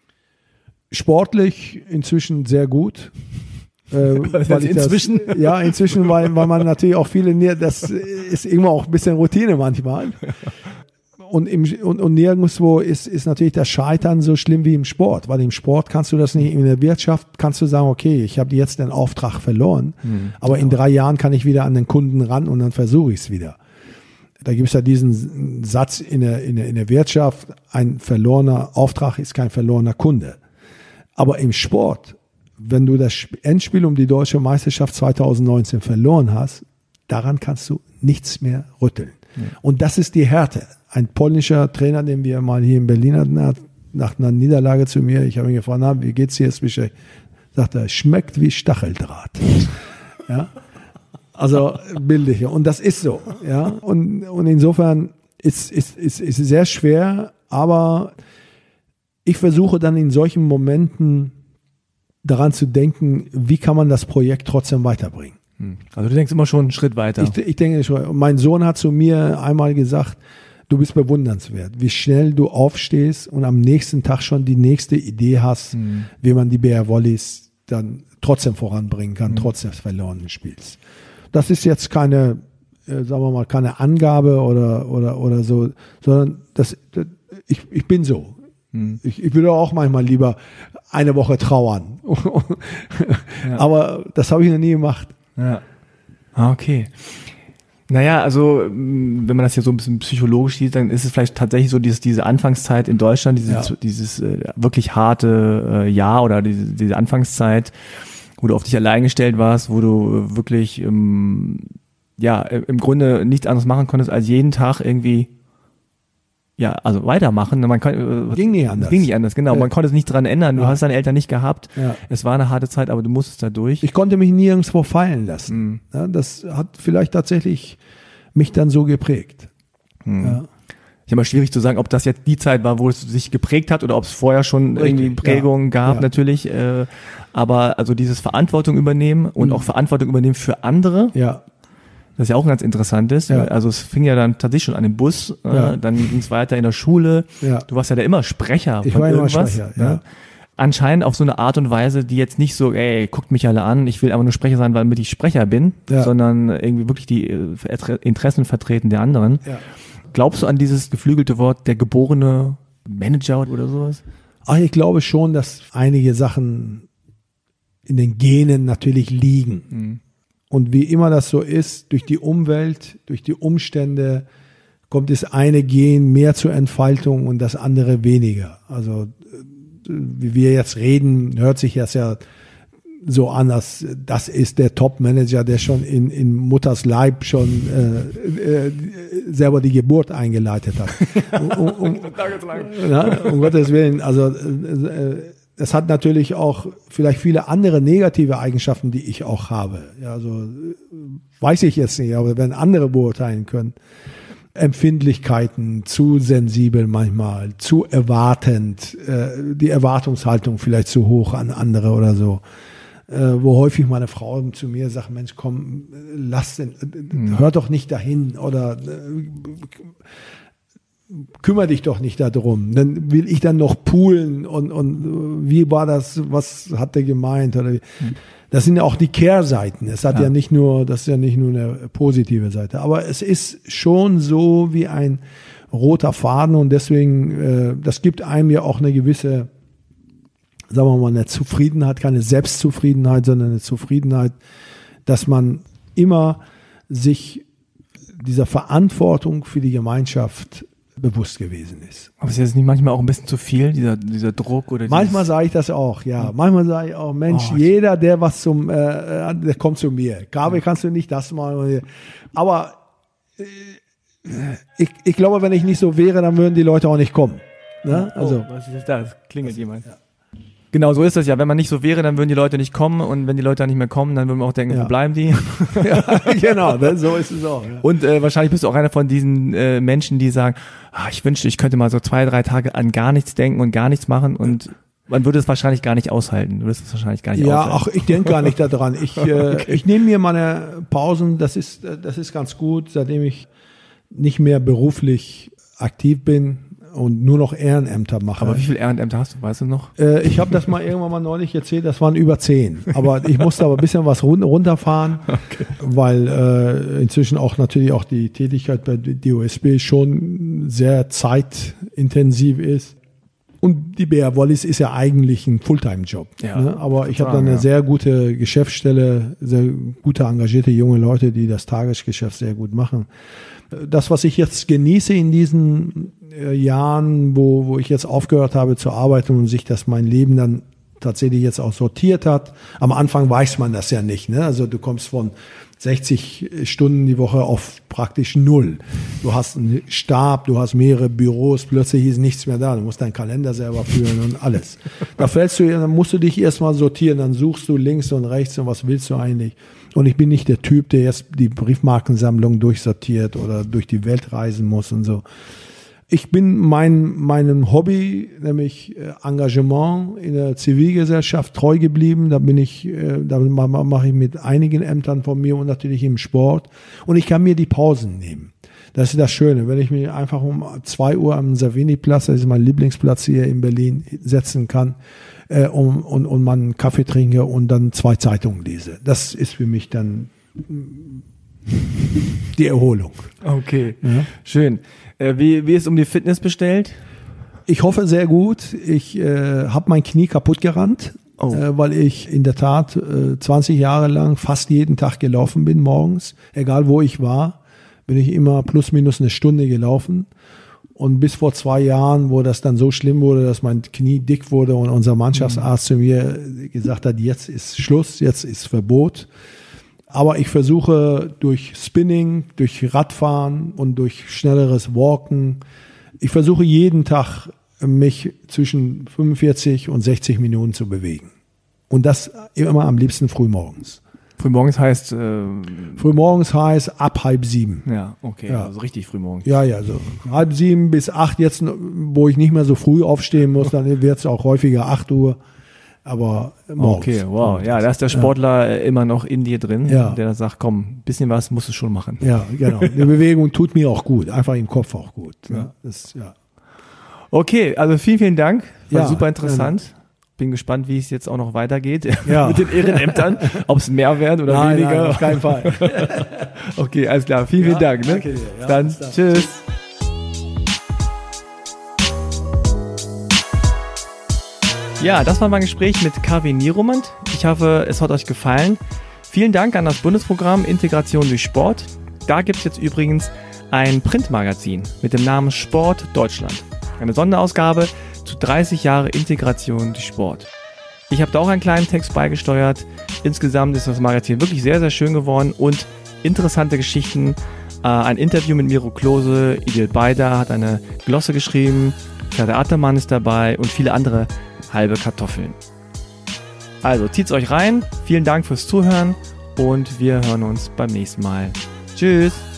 Sportlich inzwischen sehr gut. Äh, weil ich inzwischen? Das, ja, inzwischen, weil, weil man natürlich auch viele, das ist immer auch ein bisschen Routine manchmal. Und, im, und, und nirgendwo ist, ist natürlich das Scheitern so schlimm wie im Sport, weil im Sport kannst du das nicht, in der Wirtschaft kannst du sagen, okay, ich habe jetzt den Auftrag verloren, hm, aber genau. in drei Jahren kann ich wieder an den Kunden ran und dann versuche ich es wieder. Da gibt es ja diesen Satz in der, in der, in der Wirtschaft, ein verlorener Auftrag ist kein verlorener Kunde. Aber im Sport, wenn du das Endspiel um die deutsche Meisterschaft zwanzig neunzehn verloren hast, daran kannst du nichts mehr rütteln. Ja. Und das ist die Härte. Ein polnischer Trainer, den wir mal hier in Berlin hatten, hat nach einer Niederlage zu mir, ich habe ihn gefragt, na, wie geht's dir jetzt? Sagt er, schmeckt wie Stacheldraht. Ja. Also bildlich. Und das ist so. Ja. Und, und insofern ist ist ist ist sehr schwer, aber ich versuche dann in solchen Momenten daran zu denken, wie kann man das Projekt trotzdem weiterbringen. Also du denkst immer schon einen Schritt weiter. Ich, ich denke schon. Mein Sohn hat zu mir einmal gesagt, du bist bewundernswert, wie schnell du aufstehst und am nächsten Tag schon die nächste Idee hast, mhm. wie man die B R Volleys dann trotzdem voranbringen kann, mhm. trotz des verlorenen Spiels. Das ist jetzt keine, äh, sagen wir mal, keine Angabe oder oder oder so, sondern das, das ich ich bin so. Mhm. Ich, ich würde auch manchmal lieber eine Woche trauern. ja. Aber das habe ich noch nie gemacht. Ja. Ah, okay. Naja, also wenn man das hier so ein bisschen psychologisch sieht, dann ist es vielleicht tatsächlich so dieses, diese Anfangszeit in Deutschland, dieses, ja. dieses äh, wirklich harte äh, Jahr oder diese, diese Anfangszeit, wo du auf dich allein gestellt warst, wo du wirklich ähm, ja, im Grunde nichts anderes machen konntest, als jeden Tag irgendwie ja, also weitermachen. Man kann, ging nicht anders. Ging nicht anders, genau. Ja. Man konnte es nicht dran ändern. Du ja. hast deine Eltern nicht gehabt. Ja. Es war eine harte Zeit, aber du musstest da durch. Ich konnte mich nirgendwo fallen lassen. Mhm. Ja, das hat vielleicht tatsächlich mich dann so geprägt. Mhm. Ja. Ist immer schwierig zu sagen, ob das jetzt die Zeit war, wo es sich geprägt hat oder ob es vorher schon Richtig, irgendwie Prägungen ja. gab, ja. natürlich. Äh, aber also dieses Verantwortung übernehmen und mhm. auch Verantwortung übernehmen für andere. Ja. Das ist ja auch ein ganz interessantes. Ja. Also es fing ja dann tatsächlich schon an dem Bus, Ja. äh, dann ging es weiter in der Schule. Ja. Du warst ja da immer Sprecher Ich von war immer irgendwas. Sprecher, ja. Ne? Anscheinend auf so eine Art und Weise, die jetzt nicht so, ey, guckt mich alle an, ich will einfach nur Sprecher sein, weil ich Sprecher bin, Ja. sondern irgendwie wirklich die äh, Interessen vertreten der anderen. Ja. Glaubst du an dieses geflügelte Wort, der geborene Manager oder sowas? Ach, ich glaube schon, dass einige Sachen in den Genen natürlich liegen. Mhm. Und wie immer das so ist, durch die Umwelt, durch die Umstände kommt das eine Gen mehr zur Entfaltung und das andere weniger. Also wie wir jetzt reden, hört sich das ja so an, dass das ist der Top-Manager, der schon in, in Mutters Leib schon äh, äh, selber die Geburt eingeleitet hat. um, um, um, ja, um Gottes Willen, also äh, es hat natürlich auch vielleicht viele andere negative Eigenschaften, die ich auch habe. Ja, also weiß ich jetzt nicht, aber wenn andere beurteilen können. Empfindlichkeiten, zu sensibel manchmal, zu erwartend, äh, die Erwartungshaltung vielleicht zu hoch an andere oder so. Äh, wo häufig meine Frau zu mir sagt, Mensch, komm, lass den, äh, hör doch nicht dahin oder äh, kümmere dich doch nicht darum. Dann will ich dann noch poolen und, und wie war das, was hat der gemeint? Oder das sind ja auch die Kehrseiten. Es hat ja. ja nicht nur, das ist ja nicht nur eine positive Seite. Aber es ist schon so wie ein roter Faden und deswegen, äh, das gibt einem ja auch eine gewisse, sagen wir mal, eine Zufriedenheit, keine Selbstzufriedenheit, sondern eine Zufriedenheit, dass man immer sich dieser Verantwortung für die Gemeinschaft bewusst gewesen ist. Aber ist das nicht manchmal auch ein bisschen zu viel, dieser, dieser Druck? Oder manchmal sage ich das auch, ja. ja. Manchmal sage ich auch, Mensch, oh, jeder, der was zum, äh, der kommt zu mir. Gabi, ja. kannst du nicht das machen? Aber äh, ich, ich glaube, wenn ich nicht so wäre, dann würden die Leute auch nicht kommen. Ne? Also, oh, was ist das? Klingelt jemand. Ja. Genau, so ist das ja. Wenn man nicht so wäre, dann würden die Leute nicht kommen und wenn die Leute dann nicht mehr kommen, dann würden wir auch denken, ja. wo bleiben die? Ja, genau, so ist es auch. Ja. Und äh, wahrscheinlich bist du auch einer von diesen äh, Menschen, die sagen, ah, ich wünschte, ich könnte mal so zwei, drei Tage an gar nichts denken und gar nichts machen und man würde es wahrscheinlich gar nicht aushalten. Du würdest es wahrscheinlich gar nicht ja, aushalten. Ja, ach, ich denke gar nicht daran. Ich, äh, okay. ich nehme mir meine Pausen, das ist, das ist ganz gut, seitdem ich nicht mehr beruflich aktiv bin und nur noch Ehrenämter mache. Aber wie viele Ehrenämter hast du, weißt du noch? Äh, ich habe das mal irgendwann mal neulich erzählt, das waren über zehn. Aber ich musste aber ein bisschen was run- runterfahren, okay. weil äh, inzwischen auch natürlich auch die Tätigkeit bei D O S B schon sehr zeitintensiv ist. Und die B R Wallis ist ja eigentlich ein Fulltime-Job. Ja, ne? Aber ich habe da sagen, eine ja. sehr gute Geschäftsstelle, sehr gute, engagierte junge Leute, die das Tagesgeschäft sehr gut machen. Das, was ich jetzt genieße in diesen äh, Jahren, wo, wo ich jetzt aufgehört habe zu arbeiten und sich das mein Leben dann tatsächlich jetzt auch sortiert hat. Am Anfang weiß man das ja nicht. Ne? Also du kommst von sechzig Stunden die Woche auf praktisch null. Du hast einen Stab, du hast mehrere Büros, plötzlich ist nichts mehr da. Du musst deinen Kalender selber führen und alles. Da fällst du, dann musst du dich erstmal sortieren, dann suchst du links und rechts und was willst du eigentlich? Und ich bin nicht der Typ, der jetzt die Briefmarkensammlung durchsortiert oder durch die Welt reisen muss und so. Ich bin mein, meinem Hobby, nämlich Engagement in der Zivilgesellschaft treu geblieben. Da bin ich, da mache ich mit einigen Ämtern von mir und natürlich im Sport. Und ich kann mir die Pausen nehmen. Das ist das Schöne, wenn ich mich einfach um zwei Uhr am Savini-Platz, das ist mein Lieblingsplatz hier in Berlin, setzen kann äh, und, und, und mal einen Kaffee trinke und dann zwei Zeitungen lese. Das ist für mich dann die Erholung. Okay, ja. Schön. Äh, wie, wie ist um die Fitness bestellt? Ich hoffe sehr gut. Ich äh, habe mein Knie kaputt gerannt, oh. äh, weil ich in der Tat äh, zwanzig Jahre lang fast jeden Tag gelaufen bin morgens. Egal wo ich war, bin ich immer plus minus eine Stunde gelaufen. Und bis vor zwei Jahren, wo das dann so schlimm wurde, dass mein Knie dick wurde und unser Mannschaftsarzt mhm. zu mir gesagt hat, jetzt ist Schluss, jetzt ist Verbot. Aber ich versuche durch Spinning, durch Radfahren und durch schnelleres Walken, ich versuche jeden Tag mich zwischen fünfundvierzig und sechzig Minuten zu bewegen. Und das immer am liebsten frühmorgens. Frühmorgens heißt? Äh, frühmorgens heißt ab halb sieben. Ja, okay, ja. Also richtig frühmorgens. Ja, ja, so halb sieben bis acht jetzt, wo ich nicht mehr so früh aufstehen muss, dann wird es auch häufiger acht Uhr. Aber morgens. Okay, wow. Ja, da ist der Sportler ja. immer noch in dir drin, ja. der sagt, komm, ein bisschen was musst du schon machen. Ja, genau. Die Bewegung tut mir auch gut, einfach im Kopf auch gut. Ja. Das, ja. Okay, also vielen, vielen Dank. War ja, super interessant. Ja. Bin gespannt, wie es jetzt auch noch weitergeht ja. mit den Ehrenämtern, ob es mehr werden oder nein, weniger. Nein, auf keinen Fall. Okay, alles klar. Vielen, vielen ja, Dank. Ne? Danke dir. Ja, dann, dann tschüss. Ja, das war mein Gespräch mit Kaveh Nieromant. Ich hoffe, es hat euch gefallen. Vielen Dank an das Bundesprogramm Integration durch Sport. Da gibt es jetzt übrigens ein Printmagazin mit dem Namen Sport Deutschland. Eine Sonderausgabe zu dreißig Jahre Integration durch Sport. Ich habe da auch einen kleinen Text beigesteuert. Insgesamt ist das Magazin wirklich sehr, sehr schön geworden und interessante Geschichten. Äh, ein Interview mit Miro Klose, Idil Beider hat eine Glosse geschrieben, Kader Attemann ist dabei und viele andere halbe Kartoffeln. Also zieht's euch rein. Vielen Dank fürs Zuhören und wir hören uns beim nächsten Mal. Tschüss!